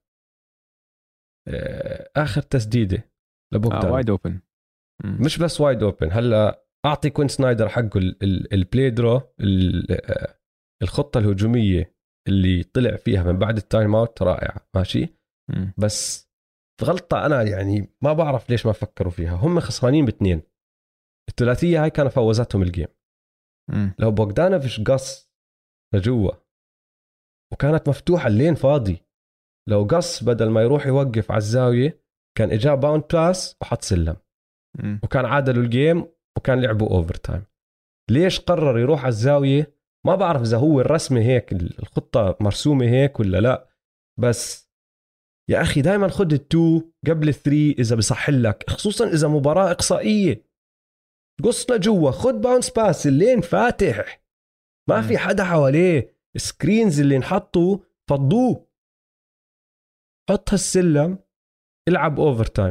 اخر تسديدة لبوكتان آه وايد اوبن. مش بس وايد اوبن. هلا اعطي كوين سنايدر حقه البلاي درو، الخطة الهجومية اللي طلع فيها من بعد التايم اوت رائعة ماشي. م. بس غلطة أنا يعني ما بعرف ليش ما فكروا فيها. هم خسرانين باثنين، الثلاثية هاي كانت فوزتهم الجيم. م. لو بوغدانوفيش قص لجوا وكانت مفتوحة اللين فاضي، لو قص بدل ما يروح يوقف على الزاوية كان إجا باوند باس وحط سلم م. وكان عادلوا الجيم وكان لعبوا أوفر تايم. ليش قرر يروح على الزاوية؟ ما بعرف إذا هو الرسمة هيك، الخطة مرسومة هيك ولا لا، بس يا أخي دايما خد التو قبل الثري إذا بصحل لك، خصوصا إذا مباراة إقصائية. قص لجوا، خد باونس باس اللين فاتح، ما في حدا حواليه، سكرينز اللي نحطوا فضوه، حط هالسلم العب أوفر تايم.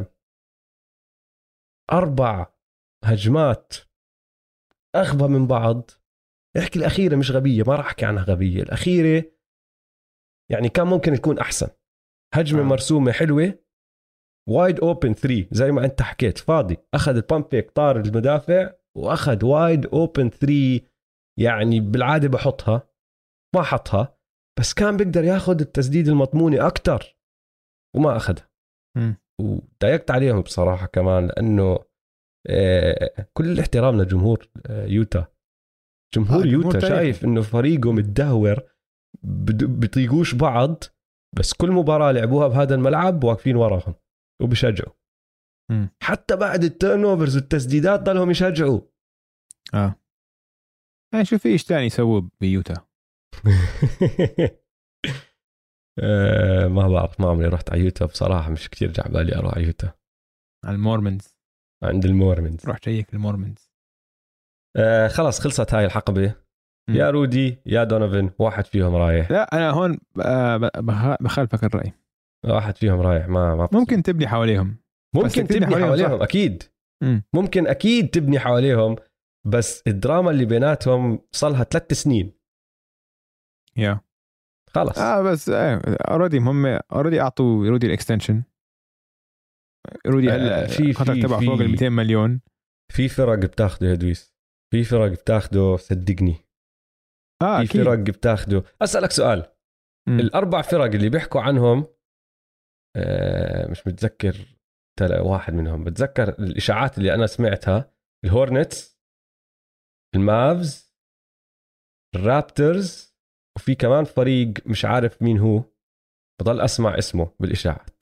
أربع هجمات أغبى من بعض. احكي الأخيرة مش غبية، ما راح أحكي عنها غبية، الأخيرة يعني كان ممكن تكون أحسن. هجمة آه. مرسومة حلوة، وايد اوبن ثري زي ما أنت حكيت، فاضي، أخذ البامب فيك طار المدافع وأخذ وايد اوبن ثري، يعني بالعادة بحطها ما حطها، بس كان بيقدر ياخد التسديد المضمونة أكتر وما أخذها. وضايقت عليهم بصراحة كمان، لأنه آه كل الاحترام لجمهور آه يوتا. جمهور آه يوتا شايف إنه فريقه متدهور، بيطيقوش بعض، بس كل مباراة لعبوها بهذا الملعب واقفين وراهم وبيشجعوا. م. حتى بعد التيرن اوفرز والتسديدات ضلهم يشجعوا. اه يعني شو في ايش تاني يسووا بيوتا؟ آه ما بعرف، ما عمري رحت على يوتا بصراحة، مش كتير جع بالي أروح على يوتا. على المورمنز، عند المورمنز رحت جايك المورمنز. آه خلاص خلصت هاي الحقبة. م. يا رودي يا دونوفن، واحد فيهم رايح. لا أنا هون بخالفك الرأي، واحد فيهم رايح. ما, ما ممكن تبني حواليهم، ممكن تبني حواليهم, حواليهم أكيد. م. ممكن أكيد تبني حواليهم، بس الدراما اللي بيناتهم صلها ثلاث سنين. يا خلاص اه بس اوريدي هم اوريدي اعطوا رودي الاكستنشن. رودي هلا آه في الكونتراكت تبعه فوق ال مئتين مليون. في فرق بتاخده يا دويس، في فرق بتاخده صدقني. اه في فرق بتاخده. اسالك سؤال، م. الاربع فرق اللي بيحكوا عنهم آه مش متذكر تلا واحد منهم، بتذكر الاشاعات اللي انا سمعتها: الهورنتس، المافز، الرابترز، وفي كمان فريق مش عارف مين هو، بضل اسمع اسمه بالاشاعات.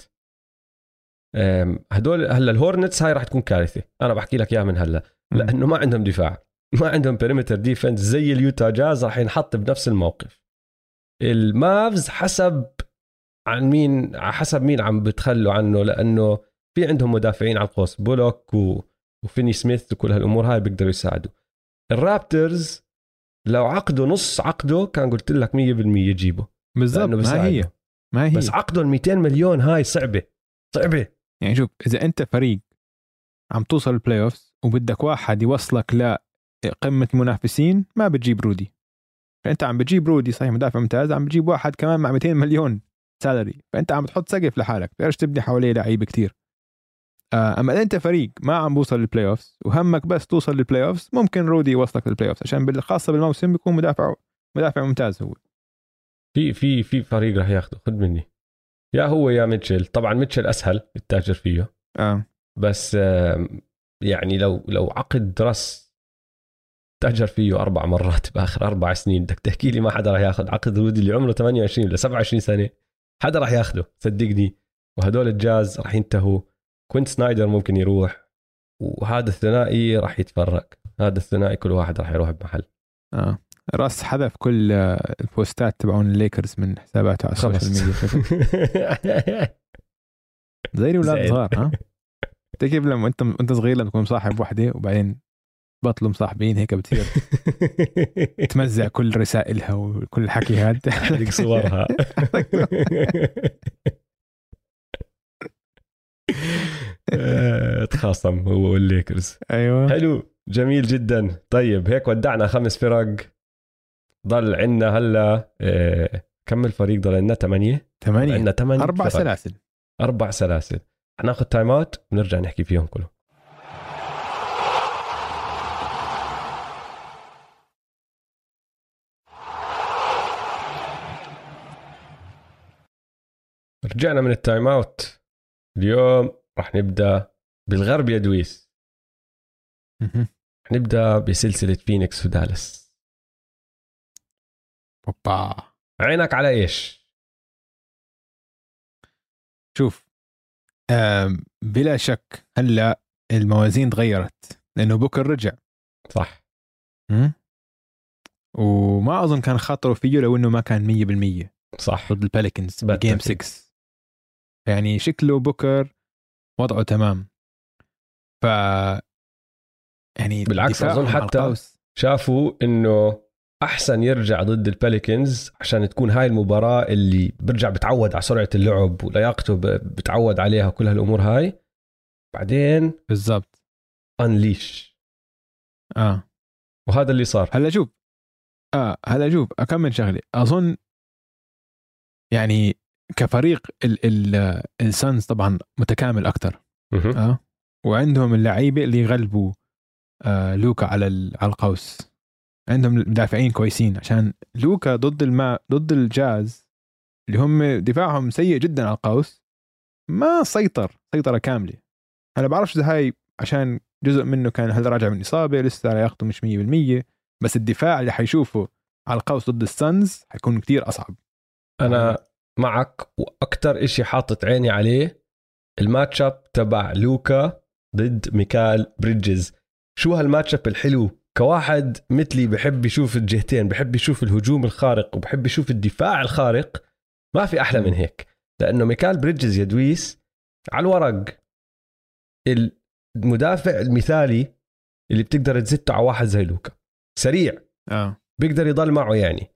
هدول هلا الهورنتس هاي راح تكون كارثه، انا بحكي لك اياها من هلا، لانه ما عندهم دفاع، ما عندهم بيريمتر ديفنس زي اليوتا جاز، راح ينحط بنفس الموقف. المافز حسب عن مين حسب مين عم بتخلوا عنه، لانه في عندهم مدافعين على القوس، بولوك و... وفيني سميث وكل هالامور هاي بيقدروا يساعدوا. الرابترز لو عقده نص عقده كان قلت لك مية بالمية يجيبه بالضبط. ما هي ما هي بس عقده المئتين مليون هاي صعبة صعبة. يعني شوف، إذا أنت فريق عم توصل البلاي أوفس وبدك واحد يوصلك لقمة المنافسين، ما بتجيب رودي. فأنت عم بتجيب رودي صحيح مدافع ممتاز، عم بتجيب واحد كمان مع مئتين مليون سالري، فأنت عم بتحط سقف لحالك، بتقدرش تبني حواليه لعيبة كتير. أما أنت فريق ما عم بوصل للبلاي أوفس وهمك بس توصل للبلاي أوفس، ممكن رودي يوصلك للبلاي أوفس، عشان بالخاصة بالموسم بيكون مدافع مدافع ممتاز. هو في في في فريق راح ياخده، خد مني، يا هو يا ميتشل. طبعا ميتشل اسهل التاجر فيه اه بس آه يعني لو لو عقد رس تاجر فيه اربع مرات باخر اربع سنين، بدك تحكي لي ما حدا راح ياخذ عقد رودي اللي عمره ثمانية وعشرين ولا سبعة وعشرين سنه؟ حدا راح ياخده صدقني. وهدول الجاز راح ينتهوا، كوينت سنايدر ممكن يروح، وهذا الثنائي راح يتفرق. هذا الثنائي كل واحد راح يروح بمحل. اه راس حذف كل البوستات تبعون الليكرز من حساباته على السوشيال ميديا. زي الأولاد صغار. ها كيف لما انت انت صغير لما تكون مصاحب وحده وبعدين بطلوا مصاحبين هيك بتصير تمزع كل رسائلها وكل الحكي هذا، تحرق صورها. تخاصم هو والليكرز. ايوه حلو جميل جدا. طيب هيك ودعنا خمس فرق، ضل عنا هلا اه كم الفريق؟ ضل عنا ثمانية ثمانية عنا ثمانية أربع فرق. سلاسل أربع سلاسل. حناخد تايم اوت ونرجع نحكي فيهم كلهم. رجعنا من التايم اوت. اليوم راح نبدا بالغرب يا دويس. نبدا بسلسله فينيكس ودالاس. اوبا، عينك على ايش؟ شوف، بلا شك هلا الموازين تغيرت لانه بوكر رجع. صح. م? وما اظن كان خاطره فيه لو انه ما كان مية بالمية صح ضد الباليكنز بجيم ستة. يعني شكله بوكر وضعه تمام. ف يعني بالعكس اظن حتى القوس. شافوا انه احسن يرجع ضد الباليكنز عشان تكون هاي المباراه اللي برجع بتعود على سرعه اللعب ولياقته بتعود عليها كل هالامور هاي. بعدين بالضبط انليش. اه وهذا اللي صار. هلا شوف اه هلا شوف اكمل شغله. اظن يعني كفريق ال ال السانز طبعا متكامل اكثر. اه وعندهم اللعيبه اللي يغلبوا آه لوكا على على القوس. عندهم مدافعين كويسين عشان لوكا ضد الما ضد الجاز اللي هم دفاعهم سيء جدا على القوس ما سيطر سيطره كامله. انا بعرفش اذا هاي عشان جزء منه كان هل راجع من اصابه لسه لياقته مش مية بالمية، بس الدفاع اللي حيشوفه على القوس ضد السانز حيكون كتير اصعب. انا معك، واكتر اشي حاطط عيني عليه الماتش اب تبع لوكا ضد ميكال بريدجز. شو هالماتش اب الحلو. كواحد مثلي بحب يشوف الجهتين، بحب يشوف الهجوم الخارق وبحب يشوف الدفاع الخارق. ما في احلى من هيك، لانه ميكال بريدجز يا دويس على الورق المدافع المثالي اللي بتقدر تزته على واحد زي لوكا. سريع اه بيقدر يضل معه يعني،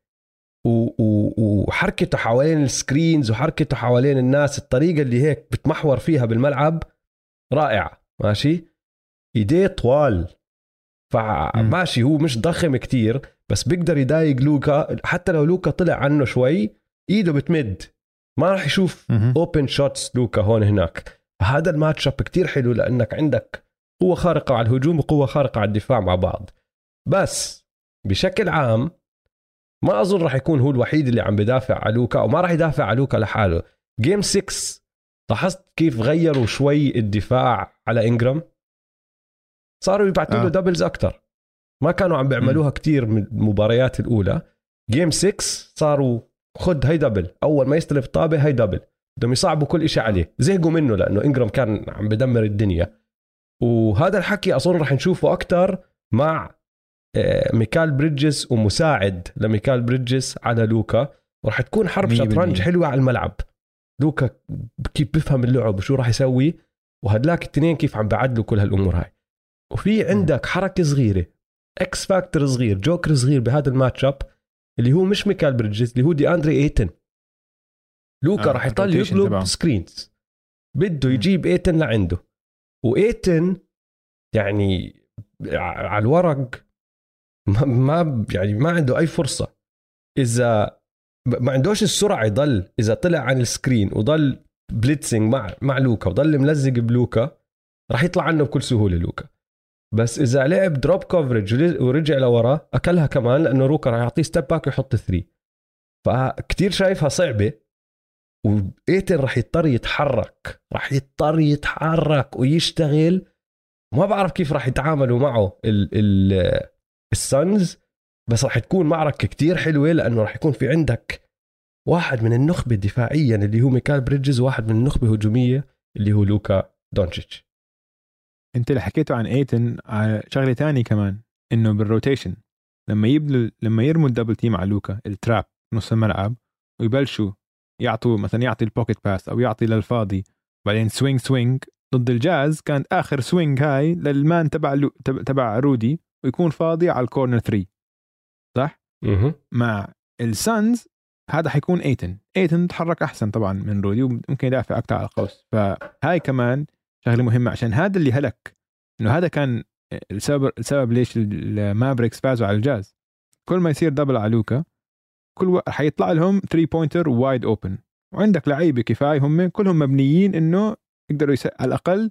وحركته حوالين السكرينز وحركته حوالين الناس، الطريقة اللي هيك بتمحور فيها بالملعب رائعة. ماشي، ايديه طوال، فماشي هو مش ضخم كتير بس بيقدر يضايق لوكا. حتى لو لوكا طلع عنه شوي ايده بتمد، ما راح يشوف اوبن شوتس لوكا هون هناك. هذا الماتش اب كتير حلو لانك عندك قوة خارقة على الهجوم وقوة خارقة على الدفاع مع بعض. بس بشكل عام ما أظن راح يكون هو الوحيد اللي عم بدافع على لوكا، أو ما راح يدافع على لوكا لحاله. جيم ستة لاحظت كيف غيروا شوي الدفاع على إنجرام؟ صاروا يبعتوا له آه. دبلز أكتر، ما كانوا عم بيعملوها كتير من المباريات الأولى. جيم ستة صاروا خد هاي دبل، أول ما يستلف طابة هاي دبل، بدهم يصعبوا كل إشي عليه. زهقوا منه لأنه إنجرام كان عم بدمر الدنيا. وهذا الحكي أظن راح نشوفه أكتر مع ميكال بريدجز ومساعد لميكال بريدجز على لوكا. راح تكون حرب شطرنج حلوة على الملعب. لوكا كيف بيفهم اللعب وشو راح يسوي، وهدلاك التنين كيف عم بعدلوا كل هالأمور هاي. وفي عندك حركة صغيرة، اكس فاكتور صغير، جوكر صغير بهذا الماتش اب اللي هو مش ميكال بريدجز، اللي هو دي أندري ايتن. لوكا آه راح يطلع يطلب سكرينز، بده يجيب ايتن لعنده. وايتن يعني على الورق ما يعني ما عنده أي فرصة. إذا ما عندوش السرعة يضل، إذا طلع عن السكرين وضل بليتسينج مع مع لوكا وضل ملزق بلوكا راح يطلع عنه بكل سهولة لوكا. بس إذا لعب دروب كوفرج ورجع لورا أكلها كمان، لأنه لوكا راح يعطيه ستيب باك ويحط ثري. فكتير شايفها صعبة. وإيتن راح يضطر يتحرك، راح يضطر يتحرك ويشتغل. ما بعرف كيف راح يتعاملوا معه ال ال السانز، بس راح تكون معركة كتير حلوة لأنه راح يكون في عندك واحد من النخبة دفاعيا اللي هو ميكال بريدجز، وواحد من النخبة هجومية اللي هو لوكا دونتشيتش. انت اللي حكيته عن ايتن على شغلة تاني كمان، انه بالروتيشن لما يبلوا لما يرموا الدبل تيم على لوكا التراب نص الملعب ويبلشوا يعطوا مثلا يعطي البوكيت باس او يعطي للفاضي بعدين سوينج سوينج. ضد الجاز كانت اخر سوينج هاي للمان تبع لو... تبع رودي ويكون فاضي على الكورنر ثري، صح؟ م- مع السانز هذا حيكون ايتن ايتن تحرك احسن طبعا من رودي وممكن يدافع اكثر على القوس. فهاي كمان شغله مهمه عشان هذا اللي هلك، انه هذا كان السبب السبب ليش المافريكس فازوا على الجاز. كل ما يصير دبل على لوكا كل و... حيطلع لهم ثري بوينتر وايد اوبن، وعندك لعيبه كفايه هم كلهم مبنيين انه يقدروا يس... على الاقل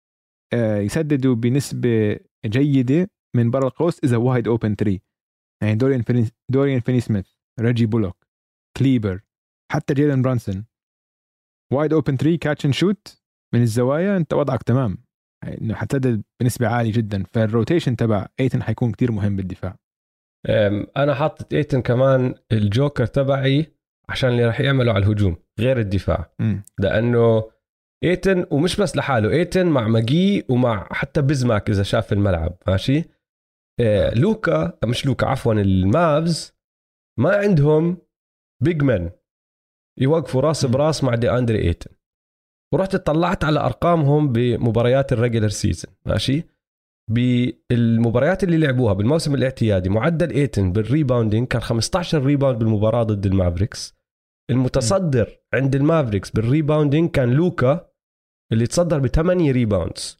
يسددوا بنسبه جيده من برا القوس اذا وايد اوبن ثري. يعني دوريان فيني دوريان فيني سميث، ريجي بولوك، كليبر، حتى جيلن برانسون وايد اوبن ثري كاتش اند شوت من الزوايا، انت وضعك تمام، انه حتعدل بنسبه عاليه جدا. فالروتيشن تبع ايتن حيكون كتير مهم بالدفاع. انا حاطط ايتن كمان الجوكر تبعي عشان اللي راح يعمله على الهجوم غير الدفاع. م. لانه ايتن ومش بس لحاله، ايتن مع ماجي ومع حتى بيزماك اذا شاف الملعب ماشي. آه لوكا مش لوكا عفوا المافز ما عندهم بيج مان يوقفوا راس براس مع دي اندري ايتن. ورحت اطلعت على ارقامهم بمباريات الريجلر سيزون ماشي. بالمباريات اللي لعبوها بالموسم الاعتيادي معدل ايتن بالريباوندينج كان خمسة عشر ريباوند بالمباراة ضد المافريكس. المتصدر م. عند المافريكس بالريباوندينج كان لوكا اللي تصدر بثمانية ريباوندز.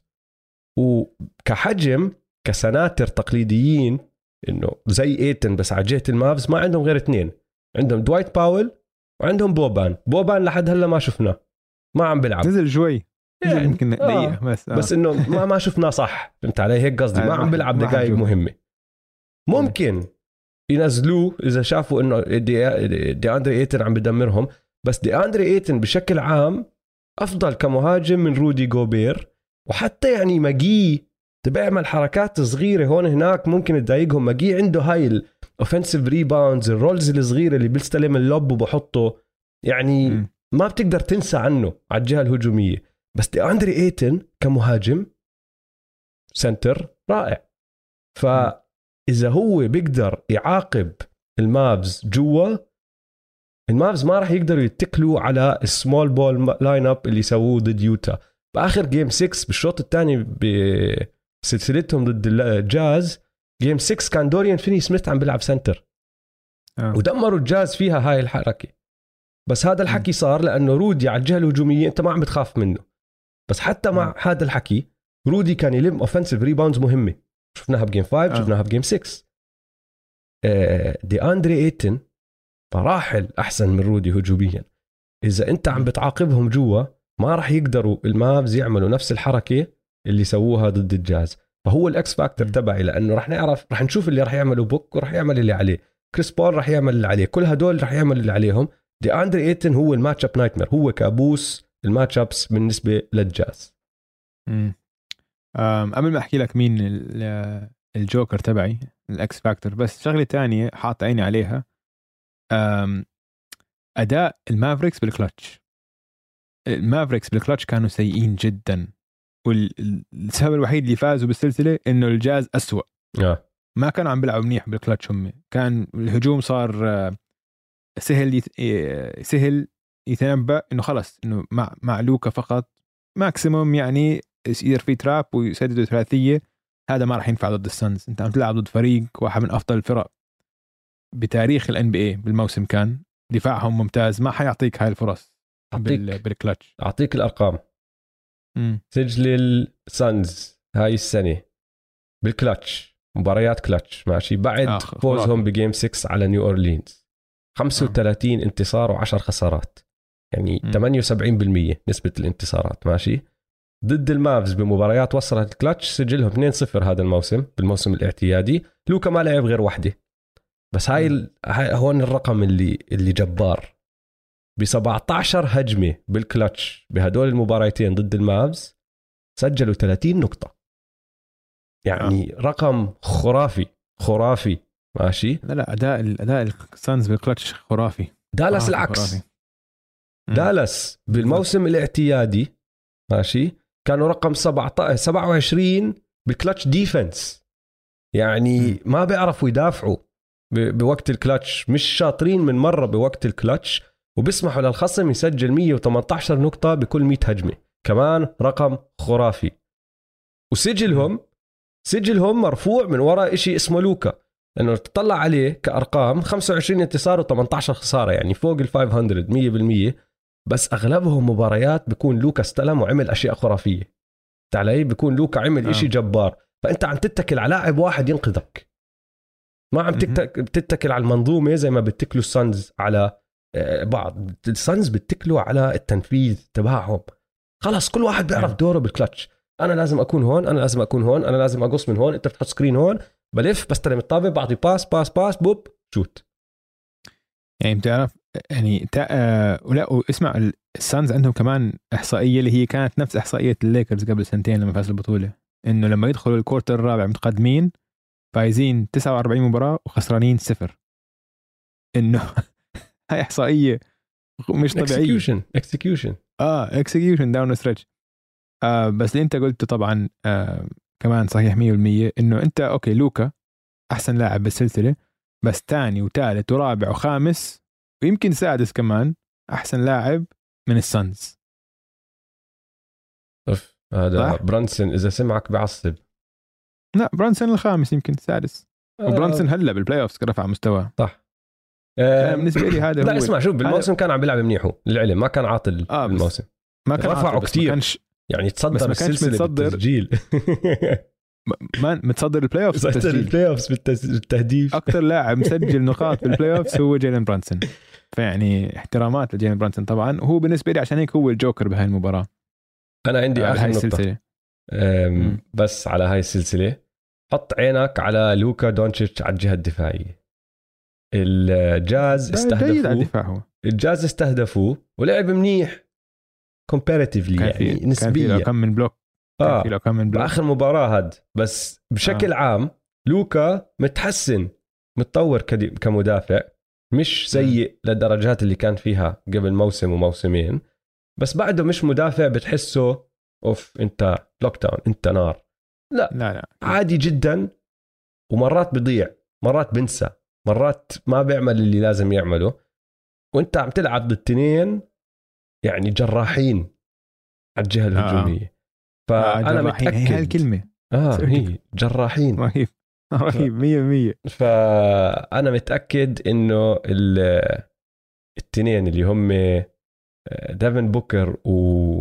وكحجم كسناتر تقليديين انه زي ايتن بس على جهة المافز ما عندهم غير اثنين، عندهم دوايت باول وعندهم بوبان. بوبان لحد هلا ما شفناه، ما عم بيلعب، نزل شوي يعني يمكن آه. دقيقة بس آه. بس انه ما ما شفناه صح، فهمت علي هيك قصدي، ما عم بيلعب دقائق مهمة. ممكن ينزلوه اذا شافوا انه دي, دي اندري ايتن عم بدمرهم. بس دي اندري ايتن بشكل عام افضل كمهاجم من رودي جوبير. وحتى يعني ماجي تبعمل حركات صغيرة هون هناك ممكن تضايقهم. ماجي عنده هاي الاوفنسيف ريباوندز، الرولز الصغيرة اللي بيستلم اللوب وبحطه، يعني م. ما بتقدر تنسى عنه على الجهة الهجومية. بس دي اندري ايتن كمهاجم سنتر رائع. فإذا هو بيقدر يعاقب المافز جوا، المافز ما راح يقدروا يتكلوا على السمول بول لاين اب اللي سووه ضد يوتا بآخر جيم ستة بالشوط الثاني بسلسلتهم ضد الجاز. جيم ستة كان دوريان فيني سميث عم بيلعب سنتر آه. ودمروا الجاز فيها هاي الحركة. بس هذا الحكي صار لأنه رودي على الجهة الهجومية أنت ما عم بتخاف منه. بس حتى مع آه. هذا الحكي رودي كان يلم اوفنسيف ريباوندز مهمة، شفناها بجيم خمسة آه. شفناها بجيم ستة. آه دي اندري ايتن مراحل أحسن من رودي هجوميا. إذا أنت عم بتعاقبهم جوا ما راح يقدروا المافز يعملوا نفس الحركة اللي سووها ضد الجاز. فهو الأكس فاكتور تبعي، لأنه راح نعرف راح نشوف اللي راح يعملوا بوك وراح يعمل اللي عليه، كريس بول راح يعمل اللي عليه، كل هدول راح يعمل اللي عليهم. دي أندري ايتن هو الماتش اب نايتمير، هو كابوس الماتش ابس بالنسبة للجاز. امم قبل ما أحكي لك مين الجوكر تبعي الأكس فاكتور، بس شغلة تانية حاط عيني عليها، أداء المافريكس بالكلتش. المافريكس بالكلتش كانوا سيئين جدا، والسبب الوحيد اللي فازوا بالسلسلة إنه الجاز أسوأ. آه. ما كانوا عم بيلعبوا منيح بالكلتش هم. كان الهجوم صار سهل يت... سهل يتنبأ إنه خلص إنه مع مع لوكا فقط ماكسيموم يعني يصير في تراب ويسددوا ثلاثية. هذا ما راح ينفع ضد السانز. أنت عم تلعب ضد فريق واحد من أفضل الفرق بتاريخ ال إن بي إيه بالموسم، كان دفاعهم ممتاز، ما حيعطيك هاي الفرص بال... بالكلتش. أعطيك الأرقام. م. سجل السانز هاي السنة بالكلتش مباريات كلتش ماشي بعد آه فوزهم بجيم ستة على نيو أورلينز خمسة وثلاثين آه. انتصار وعشر خسارات، يعني م. ثمانية وسبعين بالمية نسبة الانتصارات ماشي. ضد المافز بمباريات وصلت الكلتش سجلهم اثنين صفر هذا الموسم بالموسم الاعتيادي. لوكا ما لعب غير واحدة بس. هاي, م. هاي هون الرقم اللي اللي جبار. ب سبعة عشر هجمة بالكلتش بهدول المباراتين ضد المافز سجلوا ثلاثين نقطة، يعني آه. رقم خرافي خرافي ماشي. لا لا أداء الأداء السانز بالكلتش خرافي. دالاس العكس. خرافي. دالاس بالموسم الاعتيادي ماشي كانوا رقم سبعة وعشرين بالكلتش ديفنس، يعني م. ما بيعرفوا يدافعوا بوقت الكلتش، مش شاطرين من مرة بوقت الكلتش، وبيسمحوا للخصم يسجل مية وثمانية عشر نقطة بكل مية هجمة، كمان رقم خرافي. وسجلهم سجلهم مرفوع من وراء إشي اسمه لوكا، لأنه تطلع عليه كأرقام خمسة وعشرين انتصار وثمانية عشر خسارة، يعني فوق ال خمسمية مية بالمية. بس أغلبهم مباريات بيكون لوكا استلم وعمل أشياء خرافية تعالي، بيكون لوكا عمل إشي جبار. فأنت عم تتكل على لاعب واحد ينقذك، ما عم تتكل على المنظومة زي ما بتكلوا السانز على بعض. السانز بتكلوا على التنفيذ تبعهم، خلاص كل واحد بيعرف دوره بالكلتش. أنا لازم أكون هون، أنا لازم أكون هون، أنا لازم أقص من هون، أنت بتحط سكرين هون، بلف بستلم الطابة بعطي باس باس باس بوب شوت. يعني بتعرف يعني تا... آه... ولا اسمع السانز عندهم كمان احصائيه اللي هي كانت نفس احصائيه الليكرز قبل سنتين لما فازوا البطوله، انه لما يدخلوا الكورتر الرابع متقدمين فايزين تسعة وأربعين مباراه وخسرانين صفر. انه هاي احصائيه مش طبيعيه. execution execution اه execution down the stretch. آه بس اللي انت قلته طبعا آه كمان صحيح مية بالمية، انه انت اوكي لوكا احسن لاعب بالسلسله، بس ثاني وثالث ورابع وخامس ويمكن سادس كمان احسن لاعب من السانز. اوف هذا برانسون اذا سمعك بعصب. لا برانسون الخامس يمكن سادس. آه. وبرانسون هلا بالبلاي اوفز رفع مستواه صح. آه بالنسبه لي هذا لا هو اسمع شوف بالموسم هذا... كان عم بيلعب منيحه للعلم، ما كان عاطل آه بالموسم، ما كان رفعه كثير كانش... يعني تصدر السلسله بالتسجيل ما متصدر البلاي اوفز بالتسجيل البلاي اوفز بالتهديف. اكثر لاعب مسجل نقاط بالبلاي اوفز هو جيلين برانسون، فيعني احترامات لجيلين برانسون طبعا، وهو بالنسبه لي عشان هيك هو الجوكر بهاي المباراه. انا عندي آه هاي السلسله بس على هاي السلسله حط عينك على لوكا دونتشيتش على الجهه الدفاعيه. الجاز استهدفوه الجاز استهدفوه ولعب منيح كومباريتيفلي يعني نسبيا، كان في كم من بلوك اه في كم من بلوك باخر مباراه هاد. بس بشكل آه. عام لوكا متحسن متطور كمدافع، مش سيء م. للدرجات اللي كان فيها قبل موسم وموسمين، بس بعده مش مدافع بتحسه اوف انت لوك داون انت نار. لا لا لا عادي جدا، ومرات بيضيع مرات بنسى مرات ما بيعمل اللي لازم يعمله، وانت عم تلعب ضد اثنين يعني جراحين على الجهه الهجوميه. آه. فانا آه متاكد هي الكلمه اه هي جراحين رهيب رهيب مية بالمية. فانا متاكد انه الاثنين اللي هم ديفن بوكر و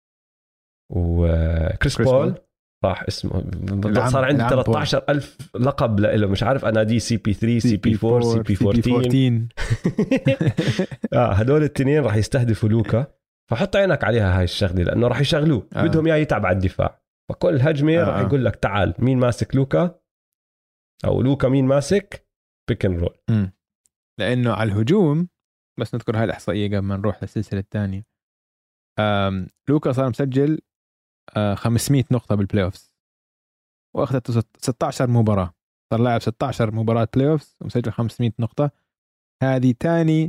وكريس بول راح اسمه صار عندي ثلاثة عشر ألف لقب له، مش عارف انا دي سي بي ثري سي بي فور سي بي فورتين اه هدول الاثنين راح يستهدفوا لوكا، فحط عينك عليها هاي الشغله لانه راح يشغلوه آه. بدهم اياه يتعب على الدفاع، فكل هجمه آه. راح يقول لك تعال مين ماسك لوكا او لوكا مين ماسك بيك اند رول. م. لانه على الهجوم بس نذكر هاي الاحصائيه قبل ما نروح للسلسله الثانيه. لوكا صار مسجل خمسمية نقطة بالبلاي اوفز، واخذت ستة عشر مباراة، صار لاعب ستة عشر مباراة بلاي اوفز ومسجل خمسمية نقطة. هذه تاني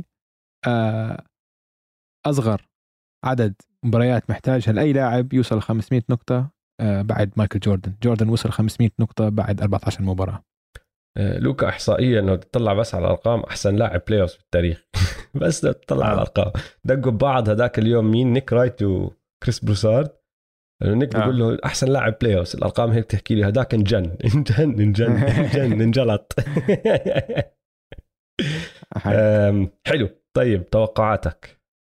أصغر عدد مباريات محتاجها لأي لاعب يوصل خمسمية نقطة بعد مايكل جوردن. جوردن وصل خمسمية نقطة بعد أربعة عشر مباراة. لوكا إحصائيا إنه تطلع بس على الأرقام أحسن لاعب بلاي اوفز بالتاريخ بس لو تطلع آه. على الأرقام دقوا ببعض هذاك اليوم مين نيك رايت وكريس بروسارد، نيك بيقول له احسن لاعب بلاي اوفز، الارقام هيك تحكي لي هذاك انجن انجن انجن انجن انجلط حلو. طيب توقعاتك؟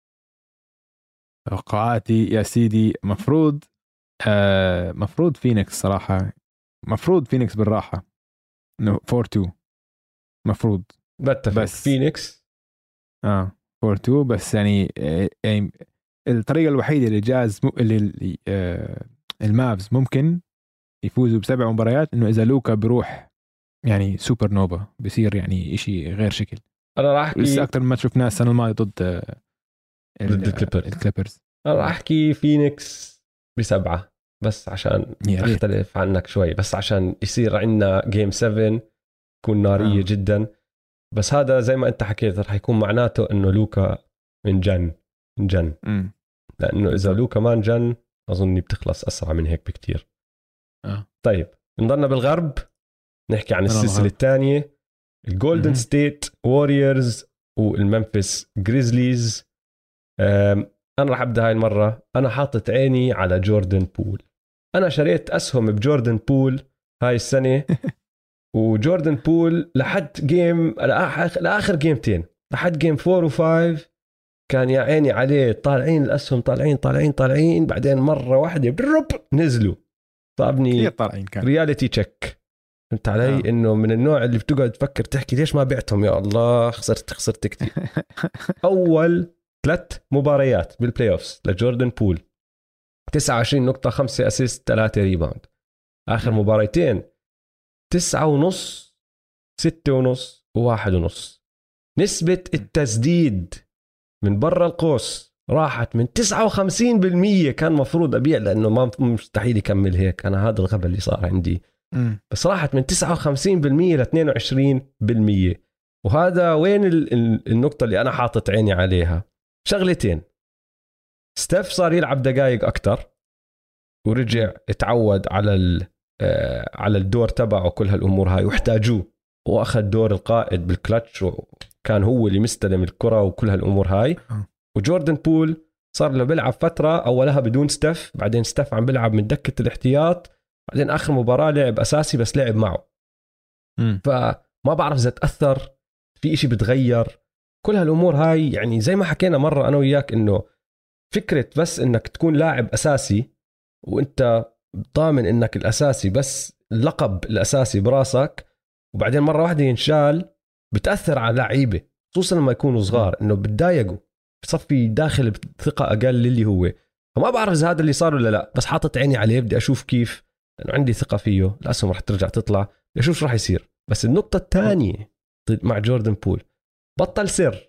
توقعاتي يا سيدي مفروض آه مفروض فينيكس صراحه، مفروض فينيكس بالراحه انه أربعة اثنين مفروض بتفق بس فينيكس اه أربعة اثنين بس يعني, يعني الطريقة الوحيدة اللي جاز م... اللي آه المافز ممكن يفوزوا بسبع مباريات انه اذا لوكا بروح يعني سوبر نوفا بيصير يعني اشي غير شكل. انا راح احكي لسه اكثر ما شفناه السنة الماضية ضد آه ضد الكليبرز. الكليبرز انا راح احكي فينيكس بسبعة بس عشان اختلف عنك شوي، بس عشان يصير عندنا جيم سبعة تكون نارية آه. جدا. بس هذا زي ما انت حكيت راح يكون معناته انه لوكا من جن من جن م. لأنه إذا لوكا ما جن أظني بتخلص أسرع من هيك بكتير. آه. طيب نضلنا بالغرب نحكي عن السلسلة الثانية، الجولدن ستيت ووريرز والممفيس جريزليز. أنا راح أبدأ هاي المرة. أنا حاطت عيني على جوردن بول. أنا شريت أسهم بجوردن بول هاي السنة وجوردن بول لحد جيم لآخر جيمتين لحد جيم فور وفايف كان يا عيني عليه طالعين الأسهم طالعين طالعين طالعين بعدين مرة واحدة برب نزلوا. طابني رياليتي تشيك. فهمت علي آه. إنه من النوع اللي بتقعد تفكر تحكي ليش ما بعتهم يا الله خسرت خسرت كتير. أول ثلاث مباريات بالبلاي أوفس لجوردن بول تسعة وعشرين نقطة خمسة أسيست ثلاثة ريباوند. آخر م. مباريتين تسعة ونص ستة ونص وواحد ونص. نسبة التسديد من برا القوس راحت من تسعة وخمسين بالمية، كان مفروض أبيع لأنه ما مستحيل يكمل هيك، أنا هذا الغبا اللي صار عندي. م. بس راحت من تسعة وخمسين بالمية ل اثنين وعشرين بالمية. وهذا وين النقطة اللي أنا حاطط عيني عليها؟ شغلتين، ستيف صار يلعب دقائق أكتر ورجع اتعود على على الدور تبعه كل هالأمور هاي، واحتاجوه وأخذ دور القائد بالكلتش، وكان هو اللي مستلم الكرة وكل هالأمور هاي. وجوردن بول صار له بيلعب فترة أولها بدون ستيف، بعدين ستيف عم بيلعب من دكة الاحتياط، بعدين آخر مباراة لعب أساسي بس لعب معه. م. فما بعرف إذا تأثر في إشي بتغير كل هالأمور هاي. يعني زي ما حكينا مرة أنا وياك إنه فكرة بس إنك تكون لاعب أساسي وإنت ضامن إنك الأساسي بس اللقب الأساسي براسك، وبعدين مرة واحدة ينشال، بتأثر على لعيبة خصوصا لما يكونوا صغار، إنه بتضايقوا، بتصفي داخل بثقة أقل اللي هو. فما بعرف إذا هذا اللي صار ولا لا، بس حاطط عيني عليه، بدي أشوف كيف، لأنه عندي ثقة فيه. الأسهم رح ترجع تطلع، بدي أشوف شو رح يصير. بس النقطة الثانية مع جوردن بول، بطل سر،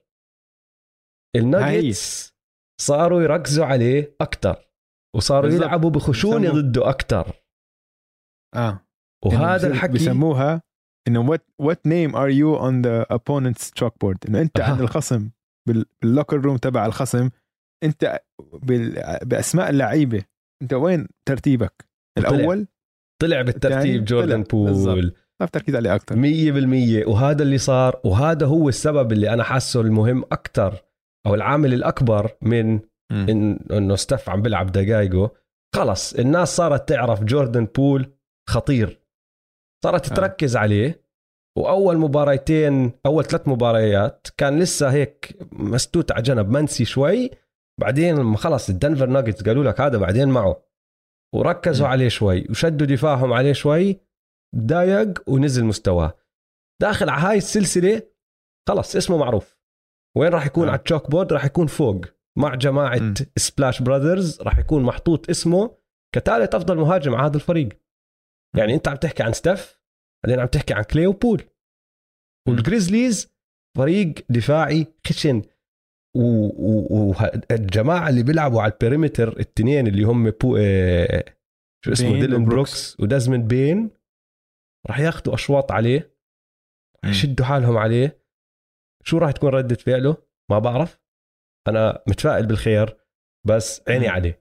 الناجتس صاروا يركزوا عليه أكتر وصاروا بالزبط. يلعبوا بخشونة ضده أكتر. آه. وهذا الحكي بيسموها إنه what what name are you on the opponent's chalkboard، إنه أنت عند الخصم باللوكر روم تبع الخصم، أنت بأسماء اللعيبة أنت وين ترتيبك الأول. طلع بالترتيب جوردن بول، ما تركيز عليه أكتر مية بالمية. وهذا اللي صار، وهذا هو السبب اللي أنا حاسه المهم أكتر، أو العامل الأكبر من إن إنه ستيف عم بلعب دقايقه. خلص الناس صارت تعرف جوردن بول خطير، صارت تركز آه. عليه. وأول مباريتين، أول ثلاث مباريات كان لسه هيك مستوت على جنب، منسي شوي. بعدين لما خلص الدنفر ناجتس قالوا لك هذا، بعدين معه وركزوا م. عليه شوي وشدوا دفاعهم عليه شوي، ضايق ونزل مستواه. داخل على هاي السلسلة خلص اسمه معروف، وين راح يكون؟ آه. على التشوك بورد راح يكون فوق مع جماعة م. سبلاش براذرز، راح يكون محطوط اسمه كثالث أفضل مهاجم على هذا الفريق. م. يعني أنت عم تحكي عن ستيف، بعدين عم تحكي عن كلي وبول. والجريزليز فريق دفاعي خشن، والجماعة اللي بيلعبوا على البريمتر التنين اللي هم بو... اه... شو اسمه ديلن بروكس ودازموند بين، راح ياخدوا أشواط عليه، يشدوا حالهم عليه. شو راح تكون ردة فعله ما بعرف، أنا متفائل بالخير بس عيني عليه.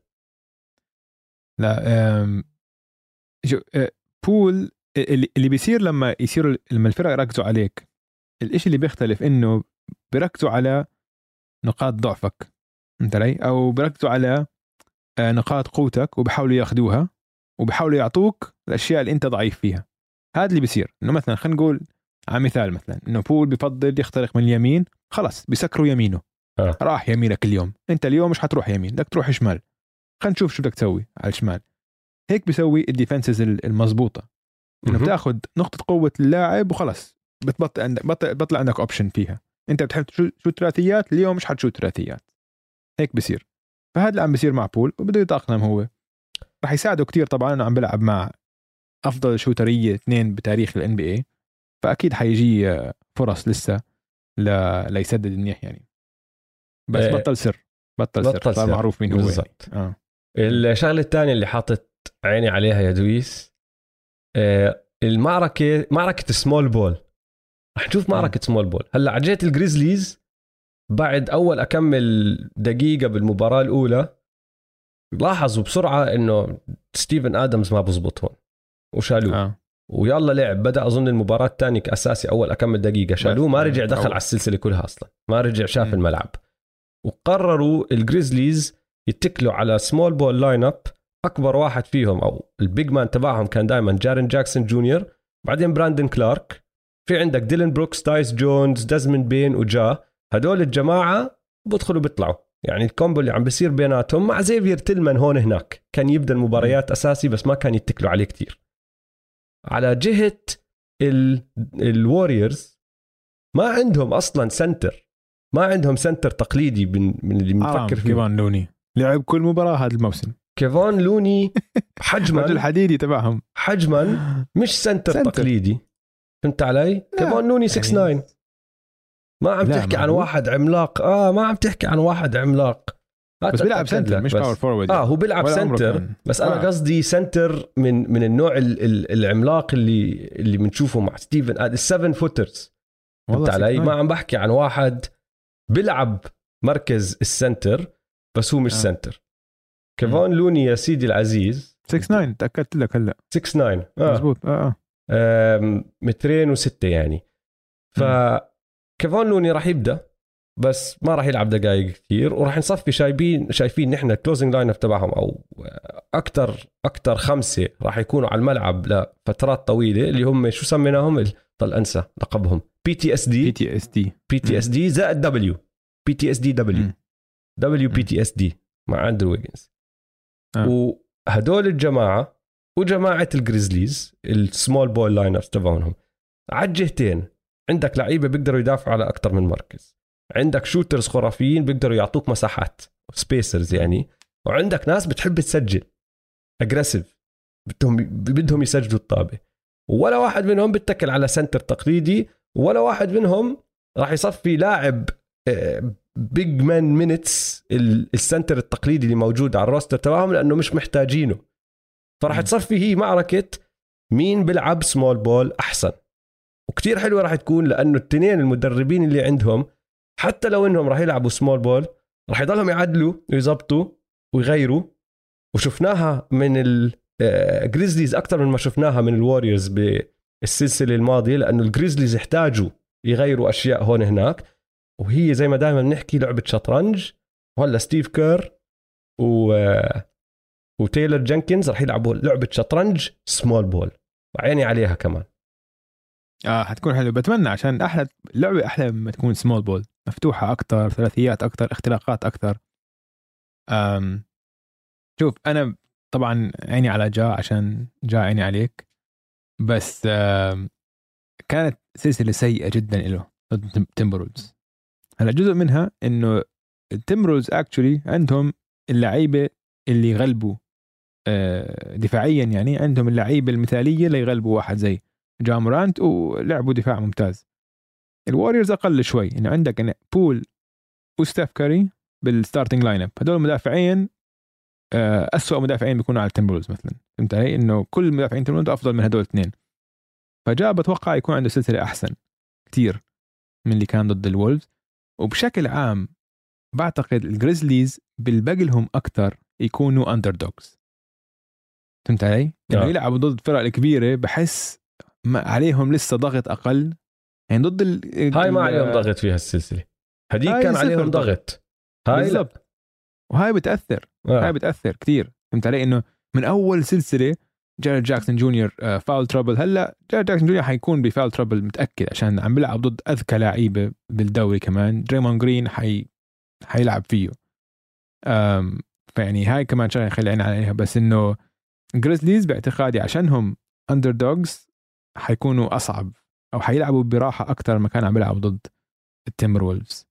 لا أم... جو... أه... بول اللي بيصير لما يصيروا لما الفرق يركزوا عليك، الاشي اللي بيختلف انه بيركزوا على نقاط ضعفك انت لي، او بيركزوا على نقاط قوتك وبيحاولوا ياخدوها وبيحاولوا يعطوك الاشياء اللي انت ضعيف فيها. هذا اللي بيصير. انه مثلا خلينا نقول على مثال، مثلا انه بول بيفضل يخترق من اليمين، خلص بيسكروا يمينه. أه. راح يمينك اليوم، انت اليوم مش حتروح يمين، بدك تروح شمال، خلينا نشوف شو بدك تسوي على الشمال. هيك بيسوي الديفنسز المضبوطه، انه بتاخذ نقطه قوه اللاعب وخلص بتبطل عندك بطل, بطل عندك اوبشن فيها. انت بتحب شو شو ثلاثيات اليوم، مش حتشوت ثلاثيات. هيك بصير. فهذا اللي عم بيصير مع بول، وبده يتاقلم. هو راح يساعده كتير طبعا، انه عم بلعب مع افضل شوتريه اثنين بتاريخ الان بي اي، فاكيد حيجي فرص لسه ل... ليسدد النيح يعني. بس إيه بطل سر بطل, بطل سر صار معروف مين هو بالضبط. يعني. اه الشغله الثانيه اللي حاطط عيني عليها يا دويس، آه المعركه معركه سمول بول. رح نشوف معركة سمول بول. هلا عجيت الجريزليز بعد أول أكمل دقيقة بالمباراة الأولى لاحظوا بسرعة إنه ستيفن آدمز ما بزبط هون وشالوه. آه. ويلا لعب، بدأ أظن المباراة الثانية كأساسي. أول أكمل دقيقة شالوه، ما رجع دخل على السلسلة كلها أصلا، ما رجع شاف م. الملعب. وقرروا الجريزليز يتكلوا على سمول بول لاين اب. أكبر واحد فيهم أو البيج مان تبعهم كان دائما جارين جاكسون جونيور، بعدين براندن كلارك، في عندك ديلن بروكس، تايس جونز، دازموند بين وجا. هدول الجماعة بدخلوا بيطلعوا، يعني الكومبو اللي عم بيصير بيناتهم مع زيفير تيلمان هون هناك كان يبدأ المباريات أساسي بس ما كان يتكلوا عليه كتير. على جهة الواريورز ما عندهم أصلا سنتر، ما عندهم سنتر تقليدي من اللي بنفكر فيه. كيفان لوني لعب كل مباراة هذا الموسم. كيفان لوني حجما الحديدي تبعهم حجما مش سنتر, سنتر. تقليدي. فهمت علي؟ كيفان لوني ستة تسعة. ما عم تحكي عن واحد عملاق اه ما عم تحكي عن واحد عملاق بس بيلعب سنتر مش باور فورورد اه هو بيلعب سنتر بس انا آه. قصدي سنتر من من النوع ال ال العملاق اللي اللي بنشوفه مع ستيفن اد السفن فوترز فهمت علي. ما عم بحكي عن واحد بيلعب مركز السنتر بس هو مش آه. سنتر. كيفون لوني يا سيدي العزيز ستة تسعة تاكدت لك هلا ستة تسعة اه مزبوط اه اه مترين وستة يعني. فكيفون لوني راح يبدا بس ما راح يلعب دقائق كثير وراح نصفي شايفين شايفين نحن الكلوزنج لاين اب تبعهم او اكثر اكثر خمسه راح يكونوا على الملعب لفترات طويله اللي هم شو سميناهم ضل انسى لقبهم بي تي اس دي بي تي اس دي بي تي اس دي زائد دبليو بي تي اس دي دبليو دبليو بي تي اس دي مع اندرو ويجنز. وهدول الجماعه وجماعه الجريزليز السمول بول لاينرز تبعهم على الجهتين عندك لعيبه بيقدروا يدافعوا على اكثر من مركز. عندك شوترز خرافيين بيقدروا يعطوك مساحات سبيسرز يعني. وعندك ناس بتحب تسجل اجريسيف بدهم بدهم يسجلوا الطابه. ولا واحد منهم بيتكل على سنتر تقليدي ولا واحد منهم راح يصفي لاعب بيج مان مينتس السنتر التقليدي اللي موجود على الروستر تبعهم لانه مش محتاجينه. فراح تصفي هي معركه مين بيلعب سمول بول احسن. وكتير حلوه راح تكون لانه التنين المدربين اللي عندهم حتى لو انهم راح يلعبوا سمول بول راح يضلهم يعدلوا ويزبطوا ويغيروا. وشفناها من الجريزليز اكثر من ما شفناها من الواريورز بالسلسله الماضيه لانه الجريزليز يحتاجوا يغيروا اشياء هون هناك. وهي زي ما دائما بنحكي لعبه شطرنج. وهلا ستيف كير و وتايلر جينكنز راح يلعبوا لعبه شطرنج سمول بول وعيني عليها كمان. اه حتكون حلو. بتمنى عشان احلى اللعبه احلى لما تكون سمول بول مفتوحه اكتر ثلاثيات اكتر اختلاقات اكتر. امم شوف انا طبعا عيني على جا عشان جا عيني عليك بس كانت سلسله سيئه جدا له ضد تيمبرولز. هلا جزء منها انه التيمبرولز اكشولي عندهم اللعيبه اللي يغلبوا دفاعيا يعني عندهم اللعيبه المثاليه اللي يغلبوا واحد زي جا مورانت ولعبوا دفاع ممتاز. الواريورز اقل شوي انه عندك إن بول وستيف كاري بالستارتنج لاين اب هذول المدافعين أسوأ مدافعين بيكونوا على التيمبرولز مثلا. فهمت علي انه كل مدافعين التيمبرولز افضل من هذول الاثنين. فجاء بتوقع يكون عنده سلسله احسن كتير من اللي كان ضد الولفز. وبشكل عام بعتقد الجريزليز بالباقي لهم اكثر يكونوا اندر دوغز. فهمت علي يعني آه. يلعبوا ضد الفرق الكبيره بحس عليهم لسه ضغط اقل يعني ضد ال... هاي ما عليهم ضغط فيها السلسله هديك كان عليهم ضغط هاي بالضبط. وهاي بتاثر آه. هاي بتاثر كتير. فهمت علي انه من اول سلسله جاريد جاكسون جونيور فاول ترابل. هلا جاريد جاكسون جونيور حيكون بفاول ترابل متاكد عشان عم بيلعب ضد اذكى لعيبه بالدوري كمان. دريمون جرين حي حيلعب فيه. أم... فيعني هاي كمان شغله خلينا عليها. بس انه جريزليز باعتقادي عشانهم اندر دوغز حيكونوا أصعب أو حيلعبوا براحة أكتر ما كان عم بيلعبوا ضد التيمبر وولفز.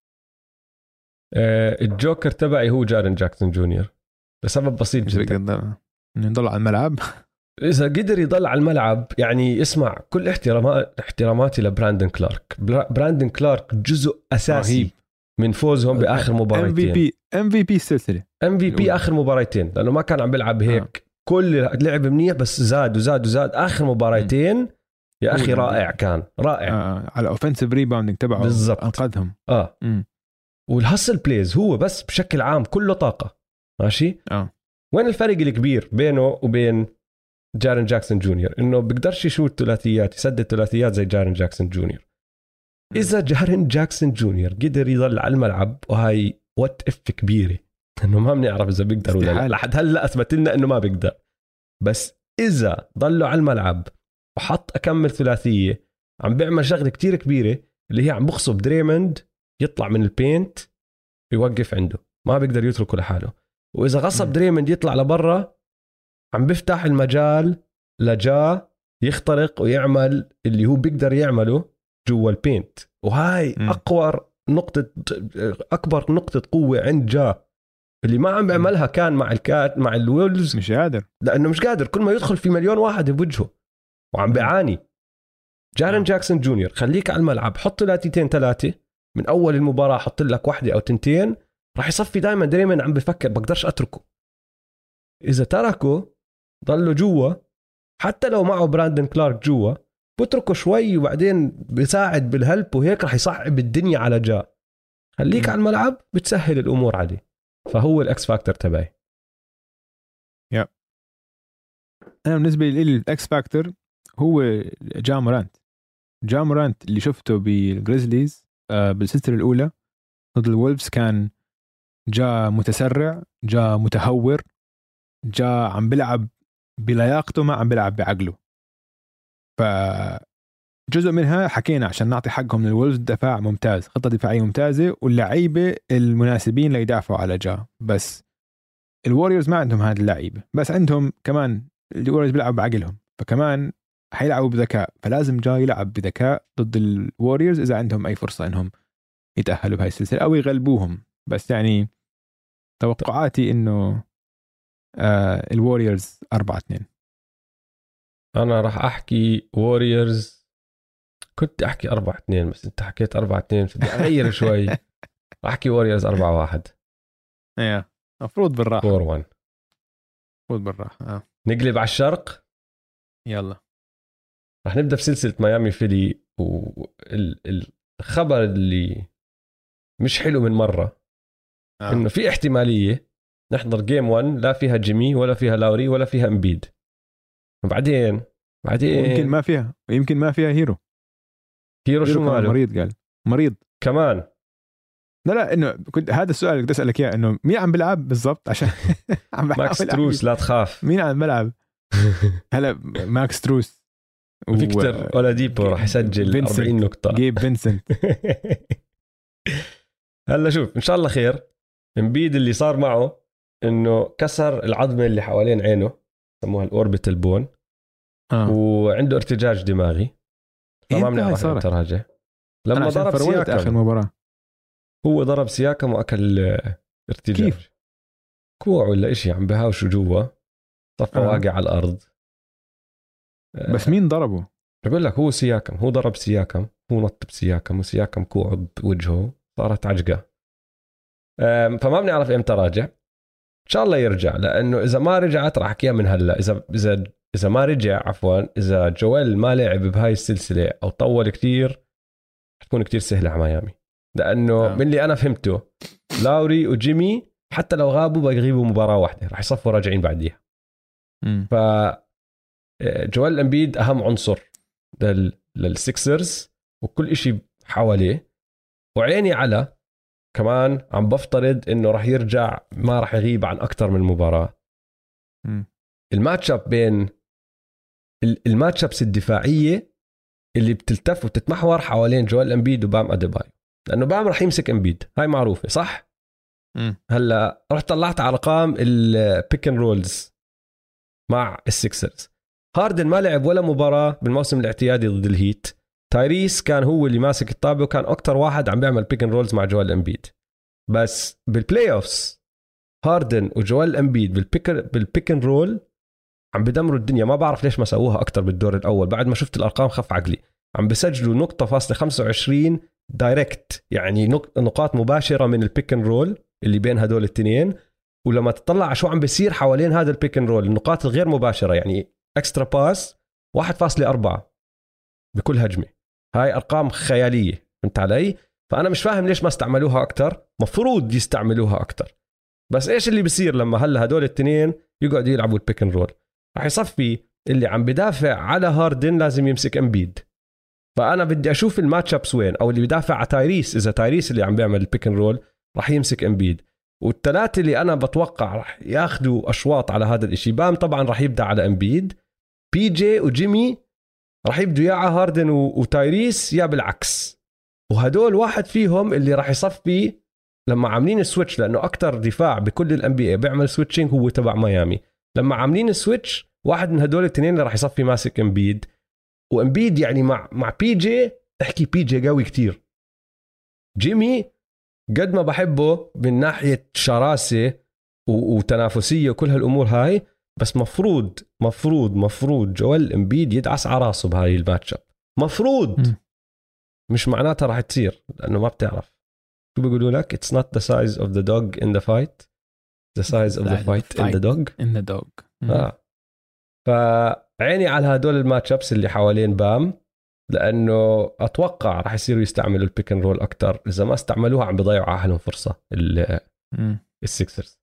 أه الجوكر تبعي هو جارين جاكسون جونيور لسبب بسيط جدا إنه يضل على الملعب. إذا قدر يضل على الملعب يعني اسمع كل احترامات احتراماتي لبراندن كلارك. براندن كلارك جزء أساسي رهيب من فوزهم بآخر مباراتين. إم في بي إم في بي السلسلة إم في بي آخر مباراتين لأنه ما كان عم بيلعب هيك آه. كل لعب منيح بس زاد وزاد وزاد آخر مباراتين يا أخي رائع كان رائع آه. على أوفنسيف ريباوندينج تبعه بالضبط أنقذهم. آه م. والهاسل بليز هو بس بشكل عام كله طاقة ماشي. آه. وين الفرق الكبير بينه وبين جارين جاكسون جونيور إنه بيقدرش يشوت ثلاثيات يسدد ثلاثيات زي جارين جاكسون جونيور. إذا جارين جاكسون جونيور قدر يضل على الملعب وهاي وات إف كبيرة إنه ما بنعرف إذا بيقدر ولا لا. لحد هلا أثبت لنا إنه ما بيقدر. بس إذا ضلوا على الملعب وحط أكمل ثلاثية عم بيعمل شغلة كتير كبيرة اللي هي عم بخصب دريموند يطلع من البينت يوقف عنده ما بيقدر يتركه لحاله. وإذا غصب دريموند يطلع لبرا عم بيفتح المجال لجا يخترق ويعمل اللي هو بيقدر يعمله جوا البينت. وهاي م. أقوى نقطة أكبر نقطة قوة عند جا اللي ما عم بيعملها كان مع الكات مع الولفز. مش قادر لأنه مش قادر كل ما يدخل في مليون واحد بوجهه وعم بيعاني. جارين جاكسون جونيور خليك على الملعب حط ثلاثتين ثلاثة من اول المباراه حط لك واحده او تنتين راح يصفي دائما دائما عم بفكر بقدرش اتركه. اذا تركه ضله جوا حتى لو معه براندن كلارك جوا بتركه شوي وبعدين بيساعد بالهلب وهيك راح يصعب الدنيا على جا. خليك على الملعب بتسهل الامور عليه. فهو الاكس فاكتور تبعي. يا انا بالنسبه لي الاكس فاكتور هو جا مورانت. جا مورانت اللي شفته بالجريزليز بالسلسله الاولى ضد الولفز كان جا متسرع، جا متهور، جا عم بلعب بلياقته ما عم بلعب بعقله. فجزء منها حكينا عشان نعطي حقهم للولفز، دفاع ممتاز، خطة دفاعية ممتازة، واللعيبة المناسبين ليدافعوا على جا. بس الواريورز ما عندهم هذه اللعيبة، بس عندهم كمان الواريورز بيلعبوا بعقلهم، فكمان حيلعبوا بذكاء. فلازم جا يلعب بذكاء ضد الواريورز إذا عندهم أي فرصة إنهم يتأهلوا بهاي السلسلة أو يغلبوهم. بس يعني توقعاتي إنه آه الواريورز أربعة اثنين. أنا راح أحكي واريورز، كنت أحكي أربعة اثنين بس أنت حكيت أربعة اثنين بدي أغير شوي. راح أحكي واريورز أربعة واحد. إيه مفروض بالراحة. فور وان مفروض بالراحة. آه. نقلب على الشرق. يلا راح نبدأ في سلسلة ميامي فيلي. والخبر اللي مش حلو من مرة آه. إنه في احتمالية نحضر جيم واحد لا فيها جيمي ولا فيها لاوري ولا فيها امبيد. وبعدين بعدين يمكن ما فيها يمكن ما فيها هيرو. هيرو شو ماله؟ مريض. قال مريض كمان. لا لا انه كنت هذا السؤال اللي بدي اسالك اياه، انه مين عم بيلعب بالضبط عشان عم ماكس تروس لا تخاف. مين عم بيلعب هلا؟ ماكس تروس وفيكتور اولاديبو راح يسجل أربعين نقطة. جيب فينسنت. هلا شوف ان شاء الله خير. امبيد اللي صار معه انه كسر العظمة اللي حوالين عينه، سموها الاوربيتال بون. آه. وعنده ارتجاج دماغي، فما بنعرف امتى راجع. لما ضرب سياكم اخر مباراة هو ضرب سياكم واكل ارتجاج. كيف؟ كوع ولا اشي عم بهاوشوا جوا، صفى آه. واقع على الارض. بس مين ضربه؟ بقول لك هو سياكم، هو ضرب سياكم، هو نط بسياكم وسياكم كوع بوجهه، صارت عجقة. فما بنعرف امتى راجع. ان شاء الله يرجع، لانه اذا ما رجعت راح احكيها من هلا. اذا اذا اذا ما رجع عفوا اذا جويل ما لعب بهاي السلسله او طول كتير حتكون كتير سهله على ميامي. لانه آه. من اللي انا فهمته لاوري وجيمي حتى لو غابوا بيغيبوا مباراه واحده راح يصفوا راجعين بعديها. ف جويل امبيد اهم عنصر لل... للسيكسرز وكل إشي حواليه. وعيني على كمان عم بفترض انه راح يرجع، ما راح يغيب عن اكثر من مباراه. الماتش اب بين الماتش ابس الدفاعيه اللي بتلتف وتتمحور حوالين جويل امبيد وبام اديبايو، لانه بام راح يمسك امبيد، هاي معروفه صح. م. هلا رحت طلعت على ارقام البيك اند رولز مع السيكسرز. هاردن ما لعب ولا مباراه بالموسم الاعتيادي ضد الهيت. تايريس كان هو اللي ماسك الطابه وكان اكتر واحد عم بيعمل بيك اند رولز مع جويل امبيد. بس بالبلاي اوفز هاردن وجويل امبيد بالبيك بالبيك اند رول عم بدمروا الدنيا. ما بعرف ليش ما سووها اكتر بالدور الاول. بعد ما شفت الارقام خف عقلي. عم بسجلوا نقطه فاصله خمسة وعشرين دايركت، يعني نقاط مباشره من البيك اند رول اللي بين هدول الاثنين. ولما تطلع شو عم بيصير حوالين هذا البيك اند رول، النقاط الغير مباشره يعني اكسترا باس واحد فاصلة أربعة بكل هجمه. هاي ارقام خياليه، فهمت علي؟ فانا مش فاهم ليش ما استعملوها اكتر. مفروض يستعملوها اكتر. بس ايش اللي بيصير لما هلا هدول الاثنين يقعدوا يلعبوا البيك اند رول؟ راح يصفي اللي عم بدافع على هاردن لازم يمسك امبيد. فانا بدي اشوف الماتش ابس وين، او اللي بدافع على تايريس اذا تايريس اللي عم بيعمل البيك اند رول راح يمسك امبيد. والثلاثه اللي انا بتوقع راح ياخذوا اشواط على هذا الاشي، بام طبعا راح يبدا على امبيد، بي جي وجيمي راح يبدوا يا على هاردن وتايريس يا بالعكس. وهدول واحد فيهم اللي راح يصفي لما عاملين السويتش، لانه اكتر دفاع بكل الان بي اي بيعمل سويتشنج هو تبع ميامي. لما عاملين السويتش واحد من هدول الاثنين اللي راح يصفي ماسك امبيد. وامبيد يعني مع مع بي جي احكي بي جي قوي كتير. جيمي قد ما بحبه من ناحيه شراسه وتنافسيه وكل هالامور هاي، بس مفروض مفروض مفروض جويل امبيد يدعس على راسه بهاي الماتش اب. مفروض م. مش معناتها راح تصير لأنه ما بتعرف شو بيقولوا لك. It's not the size of the dog in the fight, the size of the fight in the dog in the dog. آه. فعيني على هدول الماتش ابس اللي حوالين بام، لأنه أتوقع راح يصيروا يستعملوا البيك اند رول أكتر. إذا ما استعملوها عم بيضيعوا عهلهم فرصة السيكسرز.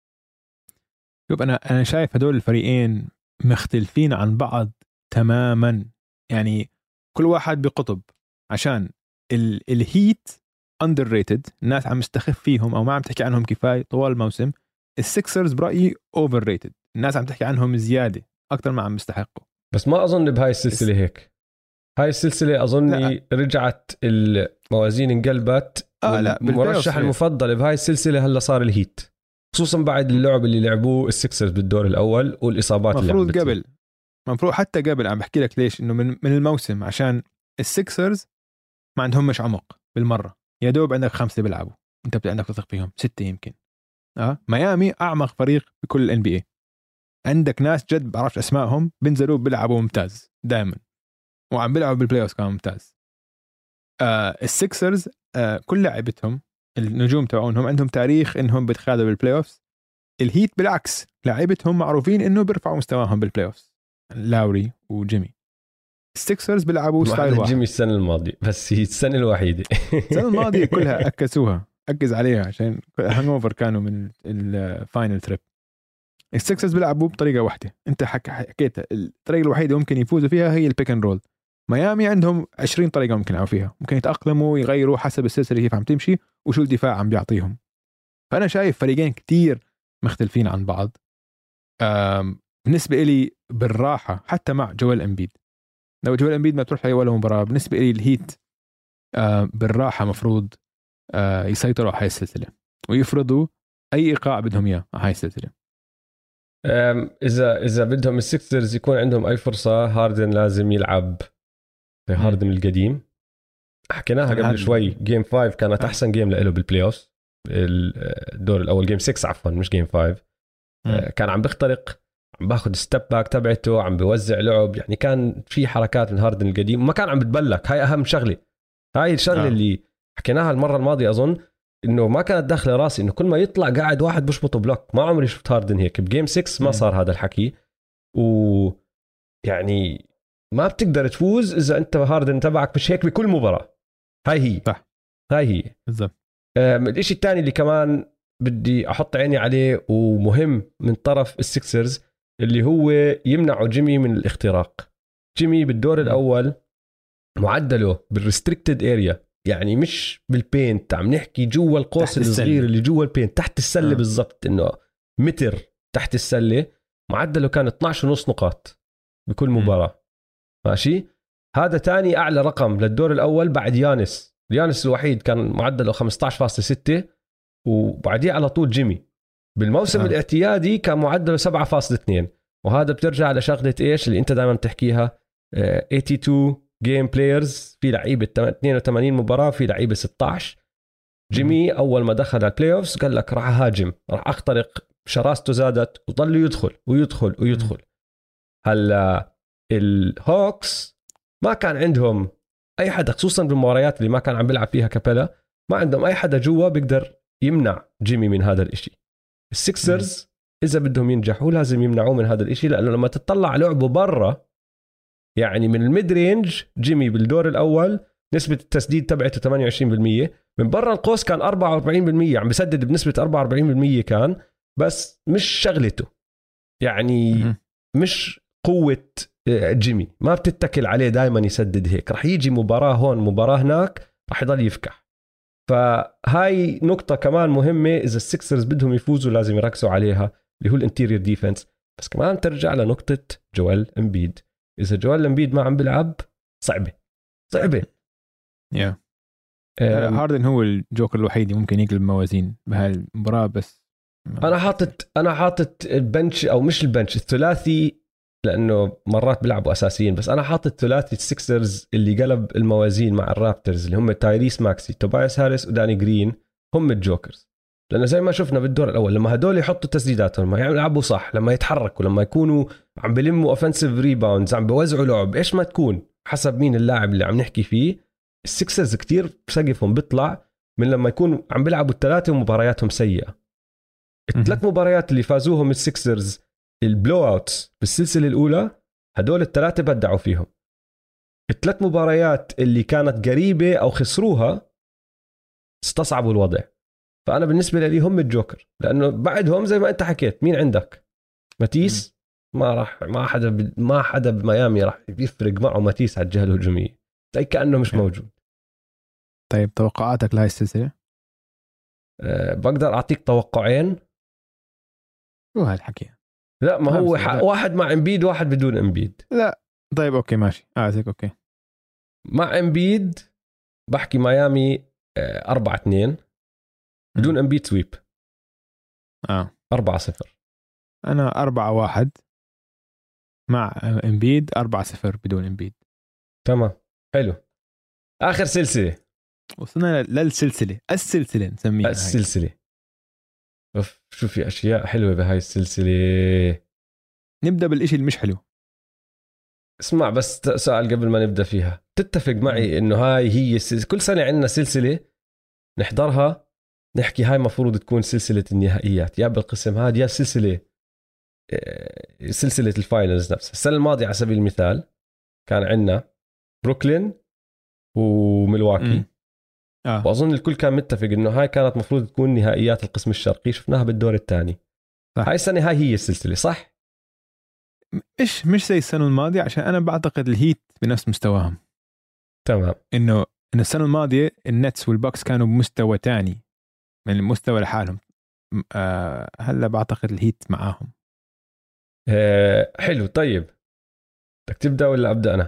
شوف أنا أنا شايف هدول الفريقين مختلفين عن بعض تماما، يعني كل واحد بقطب. عشان ال الهيت اندر ريتد، الناس عم تستخف فيهم او ما عم تحكي عنهم كفايه طوال الموسم. السيكسرز برايي اوفر ريتد، الناس عم تحكي عنهم زياده اكثر ما عم يستحقوا. بس ما اظن بهاي السلسله هيك. هاي السلسله اظني رجعت الموازين انقلبت. آه لا المرشح المفضل بهاي السلسله هلا صار الهيت، خصوصا بعد اللعب اللي لعبوه السيكسرز بالدور الاول والاصابات اللي مفروض قبل مفروض حتى قبل. عم بحكي لك ليش، انه من من الموسم، عشان السيكسرز ما عندهم مش عمق بالمره. يا دوب عندك خمسه بيلعبوا، انت عندك تثق فيهم ستة يمكن. اه ميامي اعمق فريق بكل الان بي اي، عندك ناس جد بعرفش اسمائهم بينزلوا بيلعبوا ممتاز دائما، وعم بيلعبوا بالبلاي اوف كمان ممتاز. آه السيكسرز آه كل لاعبتهم النجوم تبعونهم عندهم تاريخ انهم بيتخاذوا بالبلاي اوف. الهيت بالعكس، لاعبتهم معروفين انه بيرفعوا مستواهم بالبلاي اوف، لاوري وجيمي. السيكسرز بيلعبوا ستايل واحد. جيمي السنه الماضيه بس هي السنه الوحيده السنه الماضيه كلها اكسوها، اكز عليها عشان هانج اوفر كانوا من الفاينل تريب. السيكسرز بيلعبوا بطريقه واحده، انت حكيت الطريقه الوحيده ممكن يفوزوا فيها هي البيك اند رول. ميامي عندهم عشرين طريقه ممكن يلعبوا فيها، ممكن يتاقلموا يغيروا حسب السلسله كيف عم تمشي وشو الدفاع عم بيعطيهم. فانا شايف فريقين كتير مختلفين عن بعض. بالنسبه لي بالراحه حتى مع جويل امبيد، لو جويل امبيد ما تروح ولا مباراه، بالنسبه لي الهيت بالراحه مفروض يسيطروا على هاي السلسله ويفرضوا اي ايقاع بدهم اياه على هاي السلسله. اذا اذا بدهم السيكسرز يكون عندهم اي فرصه، هاردن لازم يلعب زي هاردن القديم. حكيناها قبل شوي، جيم خمسة كانت آه. احسن جيم له بالبلاي اوف، الدور الاول جيم ستة عفوا مش جيم خمسة. م. كان عم بيخترق، عم باخد ستيب باك تبعته، عم بيوزع لعب، يعني كان في حركات من هاردن القديم وما كان عم بتبلك. هاي اهم شغله، هاي الشغله آه. اللي حكيناها المره الماضيه اظن، انه ما كانت داخله راسي انه كل ما يطلع قاعد واحد بشبطه بلوك. ما عمري شفت هاردن هيك بجيم ستة، ما صار هذا الحكي. ويعني ما بتقدر تفوز اذا انت هاردن تبعك مش هيك بكل مباراه. هاي هي صح، هاي هي بالضبط. الاشي الثاني اللي كمان بدي احط عيني عليه ومهم من طرف السيكسرز، اللي هو يمنعوا جيمي من الاختراق. جيمي بالدور الاول معدله بالريستريكتد اريا، يعني مش بالبينت، عم نحكي جوا القوس الصغير اللي جوا البينت تحت السله. آه. بالضبط انه متر تحت السله، معدله كان اثناشر ونص نقاط بكل مباراه. م. ماشي، هذا تاني اعلى رقم للدور الاول بعد يانس. يانس الوحيد كان معدله خمسة عشر فاصلة ستة، وبعديه على طول جيمي. بالموسم آه. الاعتيادي كان معدله سبعة فاصلة اثنين. وهذا بترجع لشغله ايش اللي انت دائما بتحكيها، ثمانية وثمانين جيم بلايرز، في لعيبه اثنين وثمانين مباراه، في لعيبه ستة عشر. جيمي اول ما دخل على البلاي اوفز قال لك راح اهاجم، راح اخترق، شراسته زادت وضل يدخل ويدخل ويدخل. هلا الهوكس ما كان عندهم اي حدا، خصوصا بالمباريات اللي ما كان عم بيلعب فيها كابيلا، ما عندهم اي حدا جوا بيقدر يمنع جيمي من هذا الاشي. السيكسرز اذا بدهم ينجحوا لازم يمنعوه من هذا الاشي، لانه لما تطلع لعبه برا، يعني من الميد رينج جيمي بالدور الاول نسبه التسديد تبعته ثمانية وعشرين بالمية، من برا القوس كان أربعة وأربعين بالمية، عم بسدد بنسبه أربعة وأربعين بالمية كان، بس مش شغلته، يعني مش قوه جيمي، ما بتتكل عليه دائما يسدد هيك. رح يجي مباراه هون مباراه هناك رح يضل يفكح. فهاي نقطه كمان مهمه، اذا السيكسرز بدهم يفوزوا لازم يركزوا عليها، اللي هو الانتيريور ديفنس. بس كمان ترجع لنقطه جويل امبيد، إذا جويل امبيد ما عم بيلعب صعبة صعبة. يا هاردن هو الجوكر الوحيد ممكن يقلب موازين بهالمباراة. بس أنا حاطط أنا حاطط البنش أو مش البنش الثلاثي، لأنه مرات بيلعبوا أساسيين، بس أنا حاطط ثلاثي السيكسرز اللي قلب الموازين مع الرابترز، اللي هم تايريس ماكسي، توبايس هاريس وداني جرين، هم الجوكرز. لأنه زي ما شفنا بالدور الأول، لما هدول يحطوا تسديداتهم، لما يلعبوا صح، لما يتحركوا، لما يكونوا عم بلموا اوفنسيف ريباوندز، عم بوزعوا لعب، ايش ما تكون حسب مين اللاعب اللي عم نحكي فيه، السكسرز كتير سقفهم بيطلع من لما يكونوا عم بيلعبوا الثلاثة ومبارياتهم سيئة. الثلاث مباريات اللي فازوهم السكسرز البلو اوتس بالسلسلة الأولى هدول الثلاثة بدعوا فيهم. الثلاث مباريات اللي كانت قريبة أو خسروها استصعبوا الوضع. فأنا بالنسبة لي هم الجوكر، لأنه بعدهم زي ما أنت حكيت مين عندك؟ ماتيس ما راح، ما حدا ب... ما حدا بميامي راح يفرق معه ماتيس على الجهة الهجومية، زي كأنه مش موجود. طيب توقعاتك لهاي السلسلة؟ أه بقدر أعطيك توقعين. شو هالحكي؟ لا ما هو ح... واحد مع امبيد واحد بدون امبيد. لا طيب اوكي ماشي اعطيك اوكي. مع امبيد بحكي ميامي أه أربعة اثنين، بدون امبيد سويب اه أربعة صفر. انا أربعة واحد مع امبيد، أربعة صفر بدون امبيد. تمام حلو. اخر سلسله وصلنا للسلسله السلسله نسميها السلسله. اوف شو في اشياء حلوه بهاي السلسله. نبدا بالاشي اللي مش حلو. اسمع بس سؤال قبل ما نبدا فيها، تتفق معي انه هاي هي السلسلة. كل سنه عندنا سلسله نحضرها نحكي هاي مفروض تكون سلسله النهائيات، يا بالقسم هذا يا سلسله سلسله الفاينلز نفسها. السنه الماضيه على سبيل المثال كان عندنا بروكلين وميلواكي. آه. واظن الكل كان متفق انه هاي كانت مفروض تكون نهائيات القسم الشرقي، شفناها بالدور الثاني. هاي السنه هاي هي السلسله صح؟ مش مش زي السنه الماضيه، عشان انا بعتقد الهيت بنفس مستواهم. تمام. انه ان السنه الماضيه النتس والبوكس كانوا بمستوى تاني من المستوى لحالهم. آه هلا بعتقد الهيت معاهم. آه حلو. طيب بدك تبدا ولا ابدا انا؟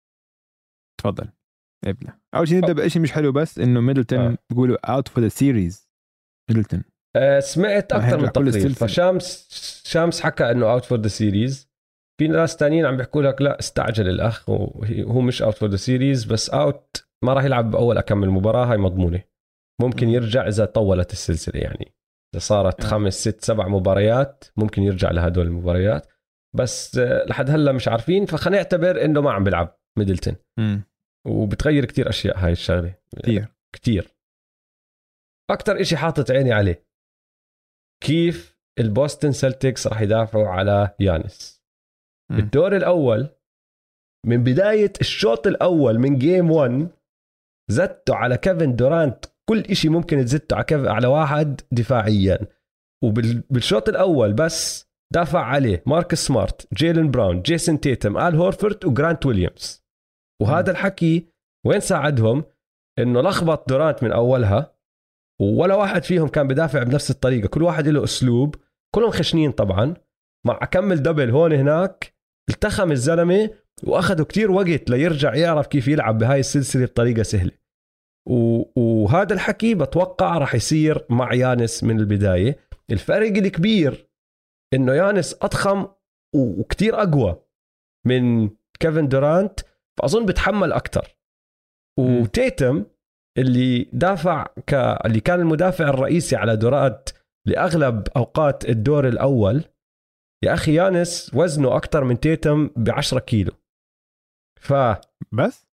تفضل ابدا. اول شيء نبدا بشيء مش حلو، بس انه ميدلتون آه. بيقولوا اوت فور ذا سيريز. ميدلتون آه سمعت اكثر من تقرير، فشامس شامس حكى انه اوت فور ذا سيريز. في ناس تانيين عم بيحكوا لك لا استعجل الاخ وهو مش اوت فور ذا سيريز، بس اوت ما راح يلعب باول اكمل مباراه. هاي مضمونه، ممكن يرجع اذا طولت السلسله، يعني اذا صارت آه. خمس ست سبع مباريات ممكن يرجع لهدول المباريات، بس آه لحد هلا مش عارفين. فخلينا نعتبر انه ما عم بيلعب ميدلتون. م. وبتغير كتير أشياء هاي الشغلة كتير كتير. أكتر إشي حاطط عيني عليه كيف البوستن سلتكس راح يدافعوا على يانس. م. بالدور الأول من بداية الشوط الأول من جيم واحد زدتوا على كيفن دورانت كل إشي ممكن تزدتوا على كيف على واحد دفاعيا. وبالشوط الأول بس دافع عليه ماركس سمارت، جيلن براون، جيسون تيتم، آل هورفورد وجرانت ويليامز. وهذا الحكي وين ساعدهم؟ انه لخبط دورانت من اولها، ولا واحد فيهم كان بدافع بنفس الطريقه، كل واحد له اسلوب، كلهم خشنين طبعا. مع اكمل دبل هون هناك التخم الزلمه، واخذوا كتير وقت ليرجع يعرف كيف يلعب بهاي السلسله بطريقه سهله. وهذا الحكي بتوقع راح يصير مع يانس من البدايه. الفرق الكبير انه يانس اضخم وكتير اقوى من كيفن دورانت، فأظن بتحمل أكتر. وتيتم اللي دافع ك... اللي كان المدافع الرئيسي على دورات لأغلب أوقات الدور الأول، يا أخي يانس وزنه أكتر من تيتم بعشرة كيلو. ف بس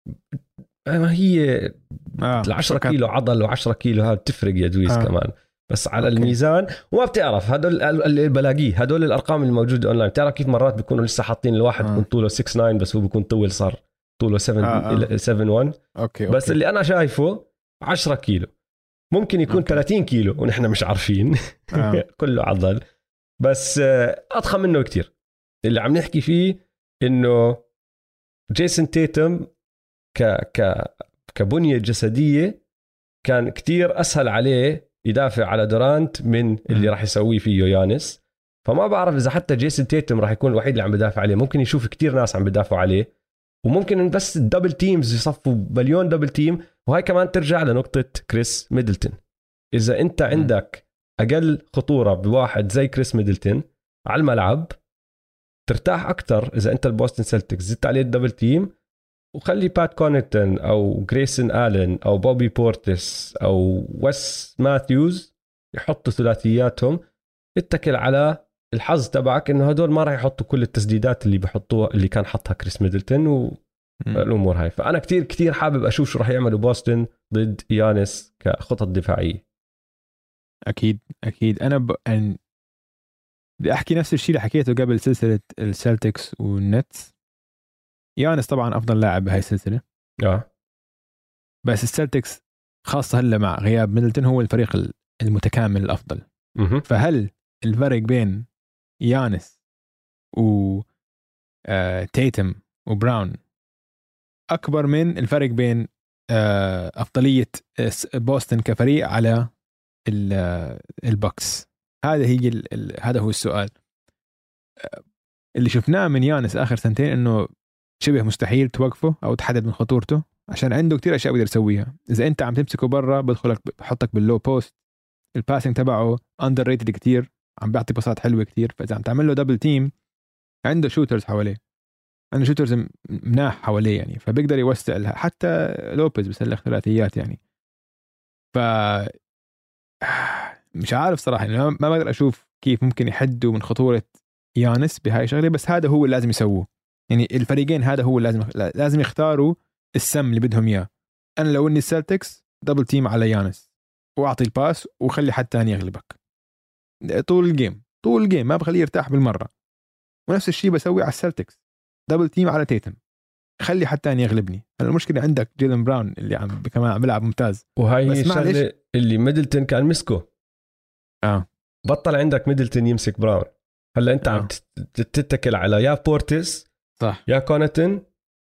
ما هي آه. العشرة كيلو عضل وعشرة كيلو هذا بتفرق يا دويس آه. كمان، بس على أوكي. الميزان وما بتعرف هدول اللي بلاقيه، هدول الأرقام الموجودة أونلاين. بتعرف كيف مرات بيكونوا لسه حاطين الواحد بيكون آه. طوله ستة تسعة بس هو بيكون طول صار طوله سبعة واحد. أوكي. بس أوكي. اللي أنا شايفه عشرة كيلو، ممكن يكون أوكي. ثلاثين كيلو ونحن مش عارفين. آه. كله عضل، بس أضخم منه كتير. اللي عم نحكي فيه إنه جيسون تيتم ك ك كبنية جسدية كان كتير أسهل عليه يدافع على دورانت من اللي راح يسويه فيه يانس. فما بعرف إذا حتى جيسون تيتم راح يكون الوحيد اللي عم بدافع عليه، ممكن يشوف كتير ناس عم بدافعوا عليه، وممكن بس الدبل تيمز يصفوا بليون دبل تيم. وهاي كمان ترجع لنقطة كريس ميدلتون. إذا أنت عندك أقل خطورة بواحد زي كريس ميدلتون على الملعب ترتاح أكتر. إذا أنت البوستن سلتكس زدت عليه الدبل تيم وخلي بات كونيتون أو جريسون آلن أو بوبي بورتس أو ويس ماثيوز يحطوا ثلاثياتهم، اتكل على الحظ تبعك إنه هدول ما راح يحطوا كل التسديدات اللي بحطوها اللي كان حطها كريس ميدلتون، الامور هاي. فانا كتير كتير حابب اشوف شو راح يعملوا بوسطن ضد يانس كخطط دفاعيه. اكيد اكيد. انا ب... يعني بدي احكي نفس الشيء اللي حكيته قبل سلسله السلتكس والنتس. يانس طبعا افضل لاعب بهاي السلسله اه بس السلتكس خاصه هلا مع غياب ميدلتون هو الفريق المتكامل الافضل. م-م. فهل الفرق بين يانس و آه تيتم وبراون اكبر من الفرق بين آه افضليه بوسطن كفريق على البوكس؟ هذا هي ال ال هذا هو السؤال. اللي شفناه من يانس اخر سنتين انه شبه مستحيل توقفه او تحدد من خطورته عشان عنده كتير اشياء بيقدر يسويها. اذا انت عم تمسكه برا بدخلك بحطك باللو بوست، الباسنج تبعه اندر ريتد كتير، عم بيعطي باصات حلوه كتير. فاذا عم تعمل له دبل تيم عنده شوترز حواليه، عنده شوترز مناح حواليه يعني، فبيقدر يوسع لها. حتى لوبيز بيسلخ ثلاثيات يعني. ف مش عارف صراحه يعني ما بقدر اشوف كيف ممكن يحدوا من خطوره يانس بهاي شغله، بس هذا هو اللي لازم يسووه. يعني الفريقين هذا هو اللي لازم لازم يختاروا السم اللي بدهم اياه. انا لو اني السلتكس دبل تيم على يانس واعطي الباس وخلي حد ثاني يغلبك طول الجيم طول الجيم، ما بخليه يرتاح بالمره. ونفس الشيء بسوي على السلتكس، دبل تيم على تيتم، خلي حد ثاني يغلبني. المشكله عندك جيلن براون اللي عم كمان عم بيلعب ممتاز، وهي الشغله اللي ميدلتون كان مسكه. اه بطل عندك ميدلتون يمسك براون. هلا انت آه. عم تتكل على يا بورتس صح يا كونتن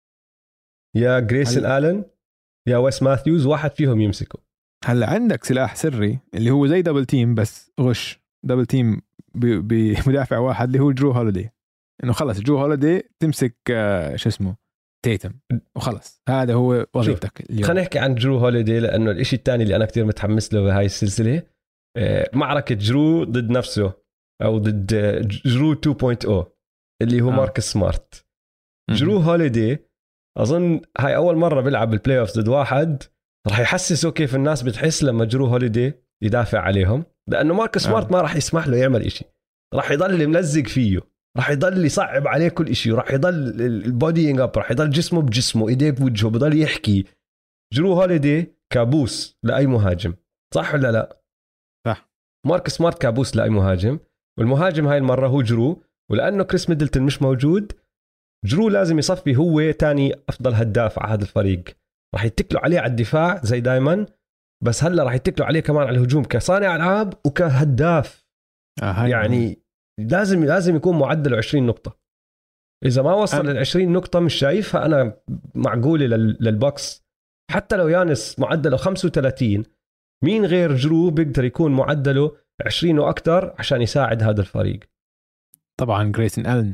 يا جريسون هل... آلن يا ويس ماثيوز، واحد فيهم يمسكه. هلا عندك سلاح سري اللي هو زي دبل تيم بس غش دبل تيم بمدافع واحد اللي هو جرو هوليدي. انه خلص جرو هوليدي تمسك آه شو اسمه تيتم وخلص، هذا هو وظيفتك اليوم. خلينا نحكي عن جرو هوليدي لانه الاشي الثاني اللي انا كتير متحمس له بهاي السلسله آه معركه جرو ضد نفسه او ضد جرو تو بوينت أو اللي هو آه. ماركس سمارت. جرو هوليدي اظن هاي اول مره بيلعب بالبلاي اوف ضد واحد راح يحسسه كيف الناس بتحس لما جرو هوليدي يدافع عليهم، لانه ماركس سمارت آه. ما راح يسمح له يعمل إشي، راح يضل ملزق فيه، راح يضل يصعب عليه كل إشي، راح يضل البودينج اب، راح يضل جسمه بجسمه، ايديه بوجهه، بضل يحكي. جرو هوليدي كابوس لاي مهاجم، صح ولا لا؟ صح. ماركس سمارت كابوس لاي مهاجم، والمهاجم هاي المره هو جرو. ولانه كريس ميدلتون مش موجود، جرو لازم يصفي هو تاني افضل هداف على هذا الفريق. راح يتكلوا عليه على الدفاع زي دايما، بس هلا راح يتكلوا عليه كمان على الهجوم كصانع العاب وكهداف. آه يعني لازم لازم يكون معدله عشرين نقطه. اذا ما وصل لل عشرين نقطه مش شايفها انا معقوله للبوكس. حتى لو يانس معدله خمسة وثلاثين، مين غير جرو بيقدر يكون معدله عشرين واكثر عشان يساعد هذا الفريق؟ طبعا جريسون آلن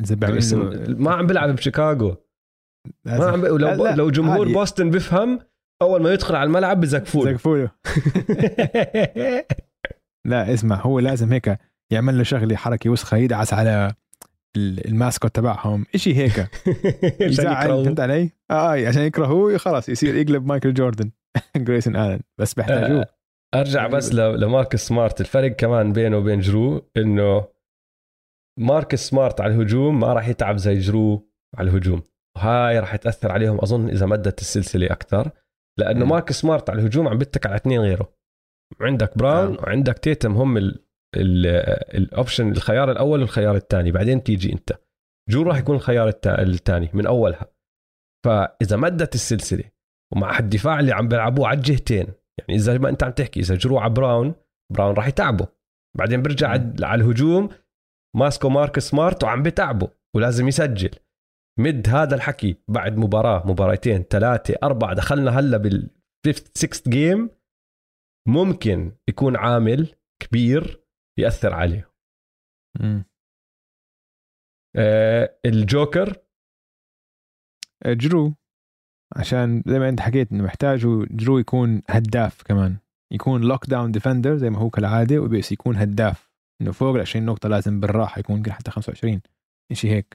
ما عم بيلعب بشيكاغو، ما عم ب... لو, ب... لو جمهور عادي. بوسطن بفهم اول ما يدخل على الملعب بزقفوله زقفوله لا اسمع، هو لازم هيك يعمل له شغله حركه وسخه، يدعس على الماسكوت تبعهم إشي هيك يزعل. فهمت علي؟ اه عشان يكرهوه خلاص يصير يقلب مايكل جوردن. جريسون آلن بس بيحتاجوه. ارجع بس لماركس سمارت. الفرق كمان بينه وبين جرو انه ماركس سمارت على الهجوم ما راح يتعب زي جرو على الهجوم، وهاي راح تأثر عليهم أظن إذا مدت السلسلة أكتر، لأنه ماركس سمارت على الهجوم عم بيتك على اثنين غيره. عندك براون آه. وعندك تيتم، هم الأوبشن الخيار الأول والخيار الثاني، بعدين تيجي أنت. جرو راح يكون الخيار الثاني من أولها. فإذا مدت السلسلة ومع الدفاع اللي عم بيلعبوه على الجهتين، يعني إذا ما أنت عم تحكي إذا جرو على براون، براون راح يتعبه، بعدين برجع على الهجوم ماسكو ماركس سمارت وعم بتعبه ولازم يسجل. مد هذا الحكي بعد مباراة مباراتين ثلاثة أربعة، دخلنا هلا بالفيفت سيكست جيم، ممكن يكون عامل كبير يأثر عليه. آه الجوكر جرو، عشان زي ما انت حكيت انه محتاجه جرو يكون هداف كمان، يكون لوك داون ديفندر زي ما هو كالعادة، وبس يكون هداف انه فوق ال عشرين نقطة لازم بالراحة يكون يمكن حتى خمسة وعشرين شيء هيك.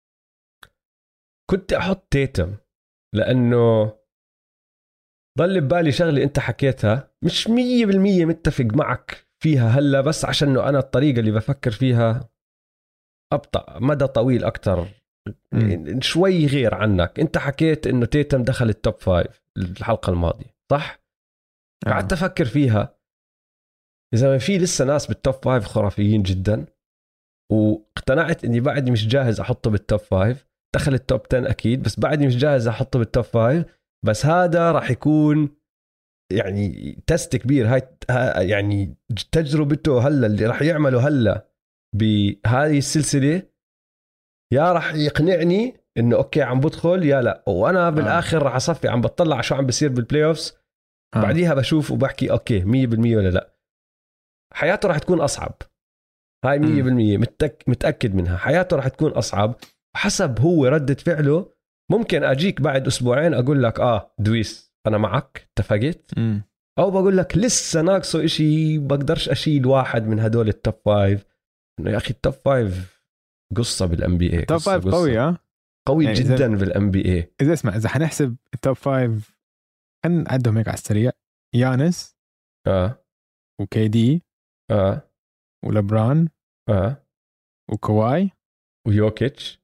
كنت احط تيتم لانه ضل ببالي شغلة انت حكيتها مش مية بالمية متفق معك فيها هلا، بس عشان انه انا الطريقة اللي بفكر فيها ابطأ مدى طويل اكتر شوي غير عنك. انت حكيت انه تيتم دخل التوب فايف الحلقة الماضية صح؟ آه. قعدت افكر فيها اذا ما في لسه ناس بالتوب فايف خرافيين جدا، واقتنعت اني بعدي مش جاهز احطه بالتوب فايف. دخل التوب عشرة اكيد، بس بعدي مش جاهز احطه بالتوب فايف. بس هذا راح يكون يعني تست كبير. هاي يعني تجربته هلا اللي راح يعمله هلا بهذه السلسلة، يا راح يقنعني انه اوكي عم بدخل يا لا، وانا بالاخر راح اصفي عم بطلع شو عم بيصير بالبلاي اوفز. آه. بعديها بشوف وبحكي اوكي مية بالمية ولا لا. حياته راح تكون اصعب، هاي مية بالمية متك متاكد منها. حياته راح تكون اصعب حسب هو ردة فعله. ممكن اجيك بعد اسبوعين اقول لك اه دويس انا معك اتفقت، او بقول لك لسه ناقصه اشي بقدرش اشيل واحد من هدول التوب فايف. انه يا اخي التوب فايف قصه بالان بي اي، توب فايف قوي اه قوي يعني جدا بالان بي اي. اذا اسمع اذا حنحسب التوب فايف خلينا نعدهم هيك على السريع: يانس اه وكي دي اه ولبران اه وكواي ويوكيتش.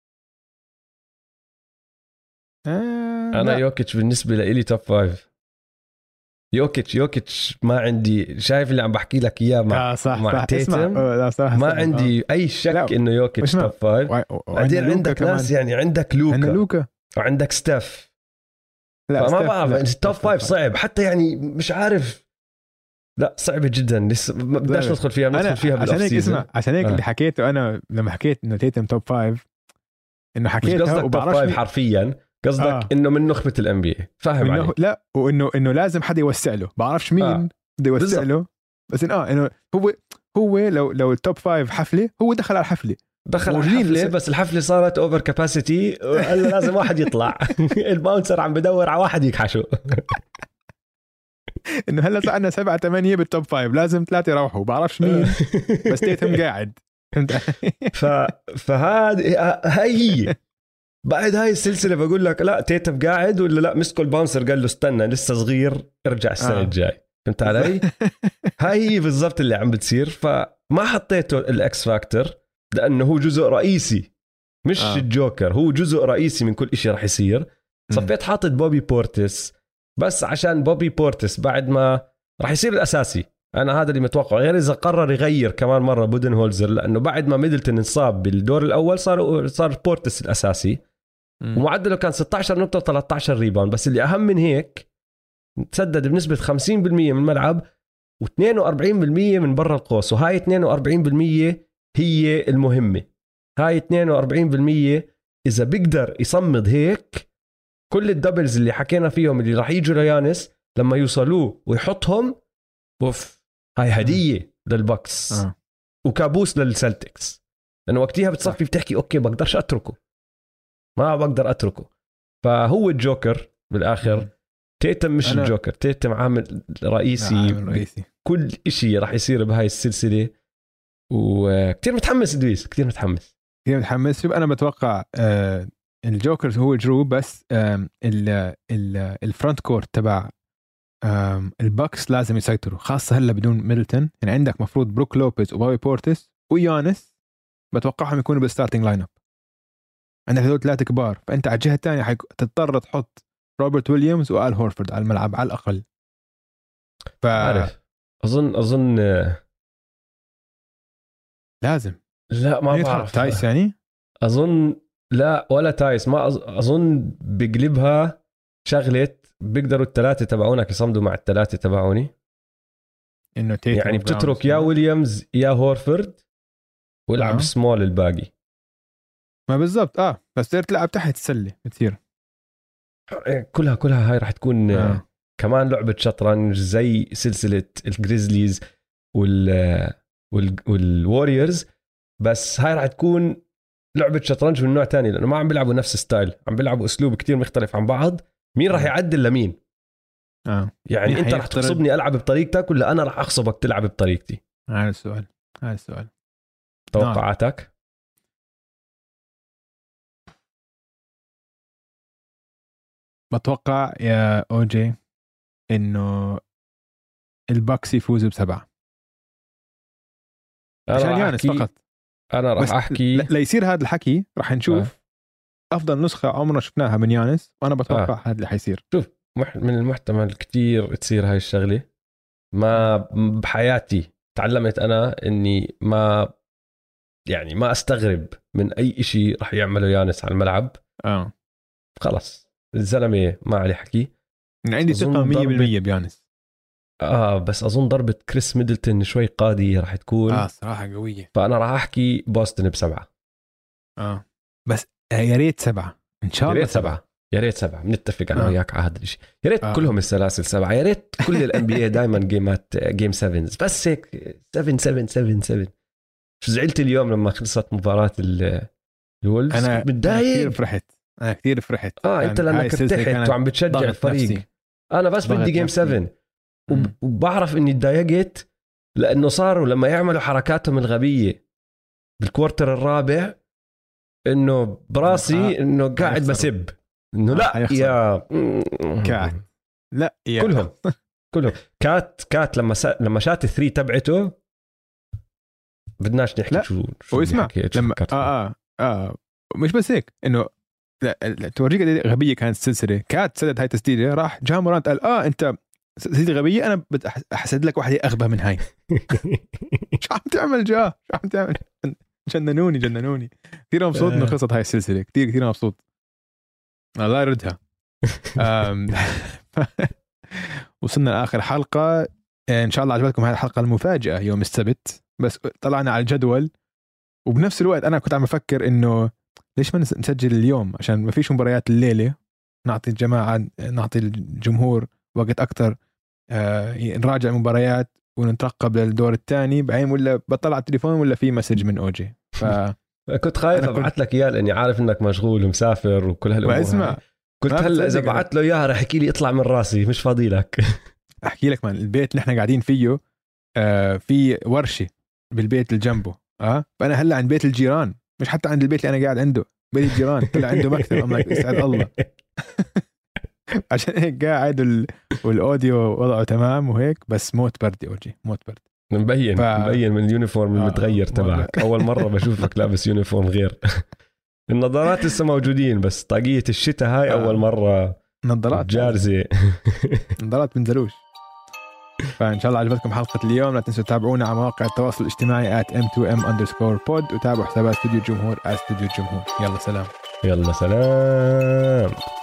آه انا لا. يوكيتش بالنسبه لي توب فايف. يوكيتش يوكيتش ما عندي، شايف اللي عم بحكي لك اياه مع آه صح مع صح. تيتم لا صح ما صح. عندي آه. اي شك انه يوكيتش توب فايف. بعدين عندك ناس يعني عندك لوكا, لوكا. وعندك ستاف. لا فما بعرف التوب فايف صعب حتى يعني مش عارف. لا صعبة جدا لسه ما بدناش ندخل فيها ندخل فيها عشان هيك اسمع عشان هيك آه. اللي حكيته انا لما حكيت انه تيتم توب فايف انه حكيتها وبعرفش توب فايف حرفيا قصدك آه. انه من نخبة الام بي اي. فاهم عليك؟ لا وانه انه لازم حدا يوسع له، بعرفش مين آه. بده يوسع له، بس إن اه انه هو هو لو لو التوب فايف حفله هو دخل على الحفله دخل على الحفله، بس الحفله صارت اوفر كاباسيتي قال لازم واحد يطلع. الباونسر عم بدور على واحد يكحشه. انه هلا صار سبعة ثمانية بالتوب فايف لازم ثلاثه يروحوا، بعرفش مين بس تيتم قاعد. ف فهذه هاي هي بعد هاي السلسله بقول لك لا تيتم قاعد ولا لا مسكوا الباونسر قال له استنى لسه صغير ارجع السنه آه. الجاي. فهمت علي؟ هاي هي بالضبط اللي عم بتصير. فما حطيته الاكس فاكتور لانه هو جزء رئيسي مش آه. الجوكر، هو جزء رئيسي من كل إشي راح يصير. صفيت حاطط بوبي بورتس بس عشان بوبي بورتس بعد ما راح يصير الاساسي. انا هذا اللي متوقع، غير اذا قرر يغير كمان مره بودن هولزر، لانه بعد ما ميدلتون انصاب بالدور الاول صار صار بورتس الاساسي. م. ومعدله كان ستة عشر نقطه ثلاثة عشر ريباوند. بس اللي اهم من هيك تسدد بنسبه خمسين بالمية من الملعب واثنين وأربعين بالمية من برا القوس. وهاي اثنين وأربعين بالمية هي المهمه. هاي اثنين وأربعين بالمية اذا بيقدر يصمد هيك كل الدبلز اللي حكينا فيهم اللي راح يجوا ليانس لما يوصلوه ويحطهم اوف، هاي هديه للبكس آه. وكابوس للسلتكس. لانه وقتها بتصفي بتحكي اوكي بقدرش اتركه، ما بقدر اتركه. فهو الجوكر بالاخر. تيتم مش أنا... الجوكر، تيتم عامل رئيسي, عامل رئيسي. كل إشي راح يصير بهاي السلسله. وكتير متحمس دويس، كتير متحمس كتير متحمس. شوف انا بتوقع آه الجوكر هو جرو، بس الفرونت كورت تبع الباكس لازم يسيطروا، خاصة هلا بدون ميدلتون. يعني عندك مفروض بروك لوبيز وبوبي بورتس ويانس بتوقعهم يكونوا بالستارتنج لاين اب. عندك هذول ثلاثة كبار، فأنت على الجهة الثانية حتضطر تحط روبرت ويليامز وآل هورفورد على الملعب على الأقل. ف... عارف أظن أظن لازم لا ما بعرف تايس يعني أظن لا ولا تايس ما أظن بقلبها شغلة بيقدروا الثلاثة تبعونك يصمدوا مع الثلاثة تبعوني. إنه يعني بتترك يا ويليامز يا هورفورد ويلعب آه. سمول الباقي. ما بالضبط اه بس تصير تلعب تحت السلة بتصير كلها كلها هاي راح تكون آه. كمان لعبة شطرنج زي سلسلة الجريزليز وال وال والواريورز. بس هاي راح تكون لعبة شطرنج من نوع تاني، لأنه ما عم بيلعبوا نفس ستايل، عم بيلعبوا أسلوب كتير مختلف عن بعض. مين راح يعدل لمين؟ آه. يعني أنت راح تغصبني ألعب بطريقتك ولا أنا راح أغصبك تلعب بطريقتي؟ هذا السؤال هذا السؤال توقعاتك؟ بتوقع يا أوجي إنه الباكس يفوزوا بسبعة عشان يانس فقط. أنا راح أحكي لا يصير هذا الحكي راح نشوف آه. افضل نسخه عمرنا شفناها من يانس، وانا بتوقع آه. هذا اللي حيصير. شوف من المحتمل كتير تصير هاي الشغله. ما بحياتي تعلمت انا اني ما يعني ما استغرب من اي إشي رح يعمله يانس على الملعب. اه خلص الزلمه ما عليه حكي. يعني عندي ثقه مية بالمية بيانس. اه بس اظن ضربه كريس ميدلتون شوي قاضيه رح تكون. اه صراحه قويه. فانا راح احكي بوسطن بسبعه. اه بس يا ريت سبعه ان شاء الله. سبعه يا ريت سبعه بنتفق انا آه. وياك على هذا الشيء. يا ريت آه. كلهم السلاسل سبعه. يا ريت كل الان بي اي دائما جيمات جيم سبعة بس هيك سبعة سبعة سبعة سبعة. شو زعلت اليوم لما خلصت مباراه الولفز. انا متضايق كثير فرحت. انا كثير فرحت. اه انت لانك ارتحت وعم بتشجع الفريق نفسي. انا بس بدي جيم سبعة وب... وبعرف اني تضايقت لانه صاروا لما يعملوا حركاتهم الغبيه بالكوارتر الرابع انه براسي انه قاعد بسب انه لا يا كات لا يا كلهم كلهم كات كات لما سا... لما شات الثري تبعته بدناش نحكي لا. شو شو واسمع لما آه, اه اه مش بس هيك انه لا توريك غبيه كانت السلسله. كات سدد هاي تسديده راح جا مورانت قال اه انت تسديده غبيه انا احسد لك واحده اغبى من هاي. شو عم تعمل جا شو عم تعمل. جننوني جننوني كثير مبسوط انه خلصت هاي السلسله. كثير كثير مبسوط الله يردها. وصلنا لاخر حلقه ان شاء الله عجبتكم هاي الحلقه المفاجاه يوم السبت. بس طلعنا على الجدول وبنفس الوقت انا كنت عم بفكر انه ليش ما نسجل اليوم عشان ما فيش مباريات الليله. نعطي الجماعه نعطي الجمهور وقت اكثر آه نراجع مباريات ونترقب للدور الثاني بعدين ولا بطلع على التليفون ولا في مسج من اوجي. ف كنت خايف ابعث لك اياه لاني عارف انك مشغول ومسافر وكل هالامور. اسمع قلت هلا اذا بعثت له اياها رح يحكي لي اطلع من راسي مش فاضي لك. احكي لك مان البيت اللي احنا قاعدين فيه آه في ورشه بالبيت اللي جنبه. اه فانا هلا عند بيت الجيران مش حتى عند البيت اللي انا قاعد عنده. بيت الجيران طلع عنده مكتب. أمك يسعد الله. عشان هيك قاعد وال... والاوديو وضعه تمام وهيك بس موت برد اوجي موت برد. مبين ف... مبين من اليونيفورم آه المتغير تبعك. اول مره بشوفك لابس يونيفورم غير. النظارات لسه موجودين بس طاقية الشتاء هاي آه. اول مره نظارات جارزه. نظارات بنزلوش. فان شاء الله عجبتكم حلقه اليوم. لا تنسوا تتابعونا على مواقع التواصل الاجتماعي آت إم تو إم أندرسكور بود وتابعوا حسابات استوديو الجمهور آت استوديو الجمهور. يلا سلام. يلا سلام.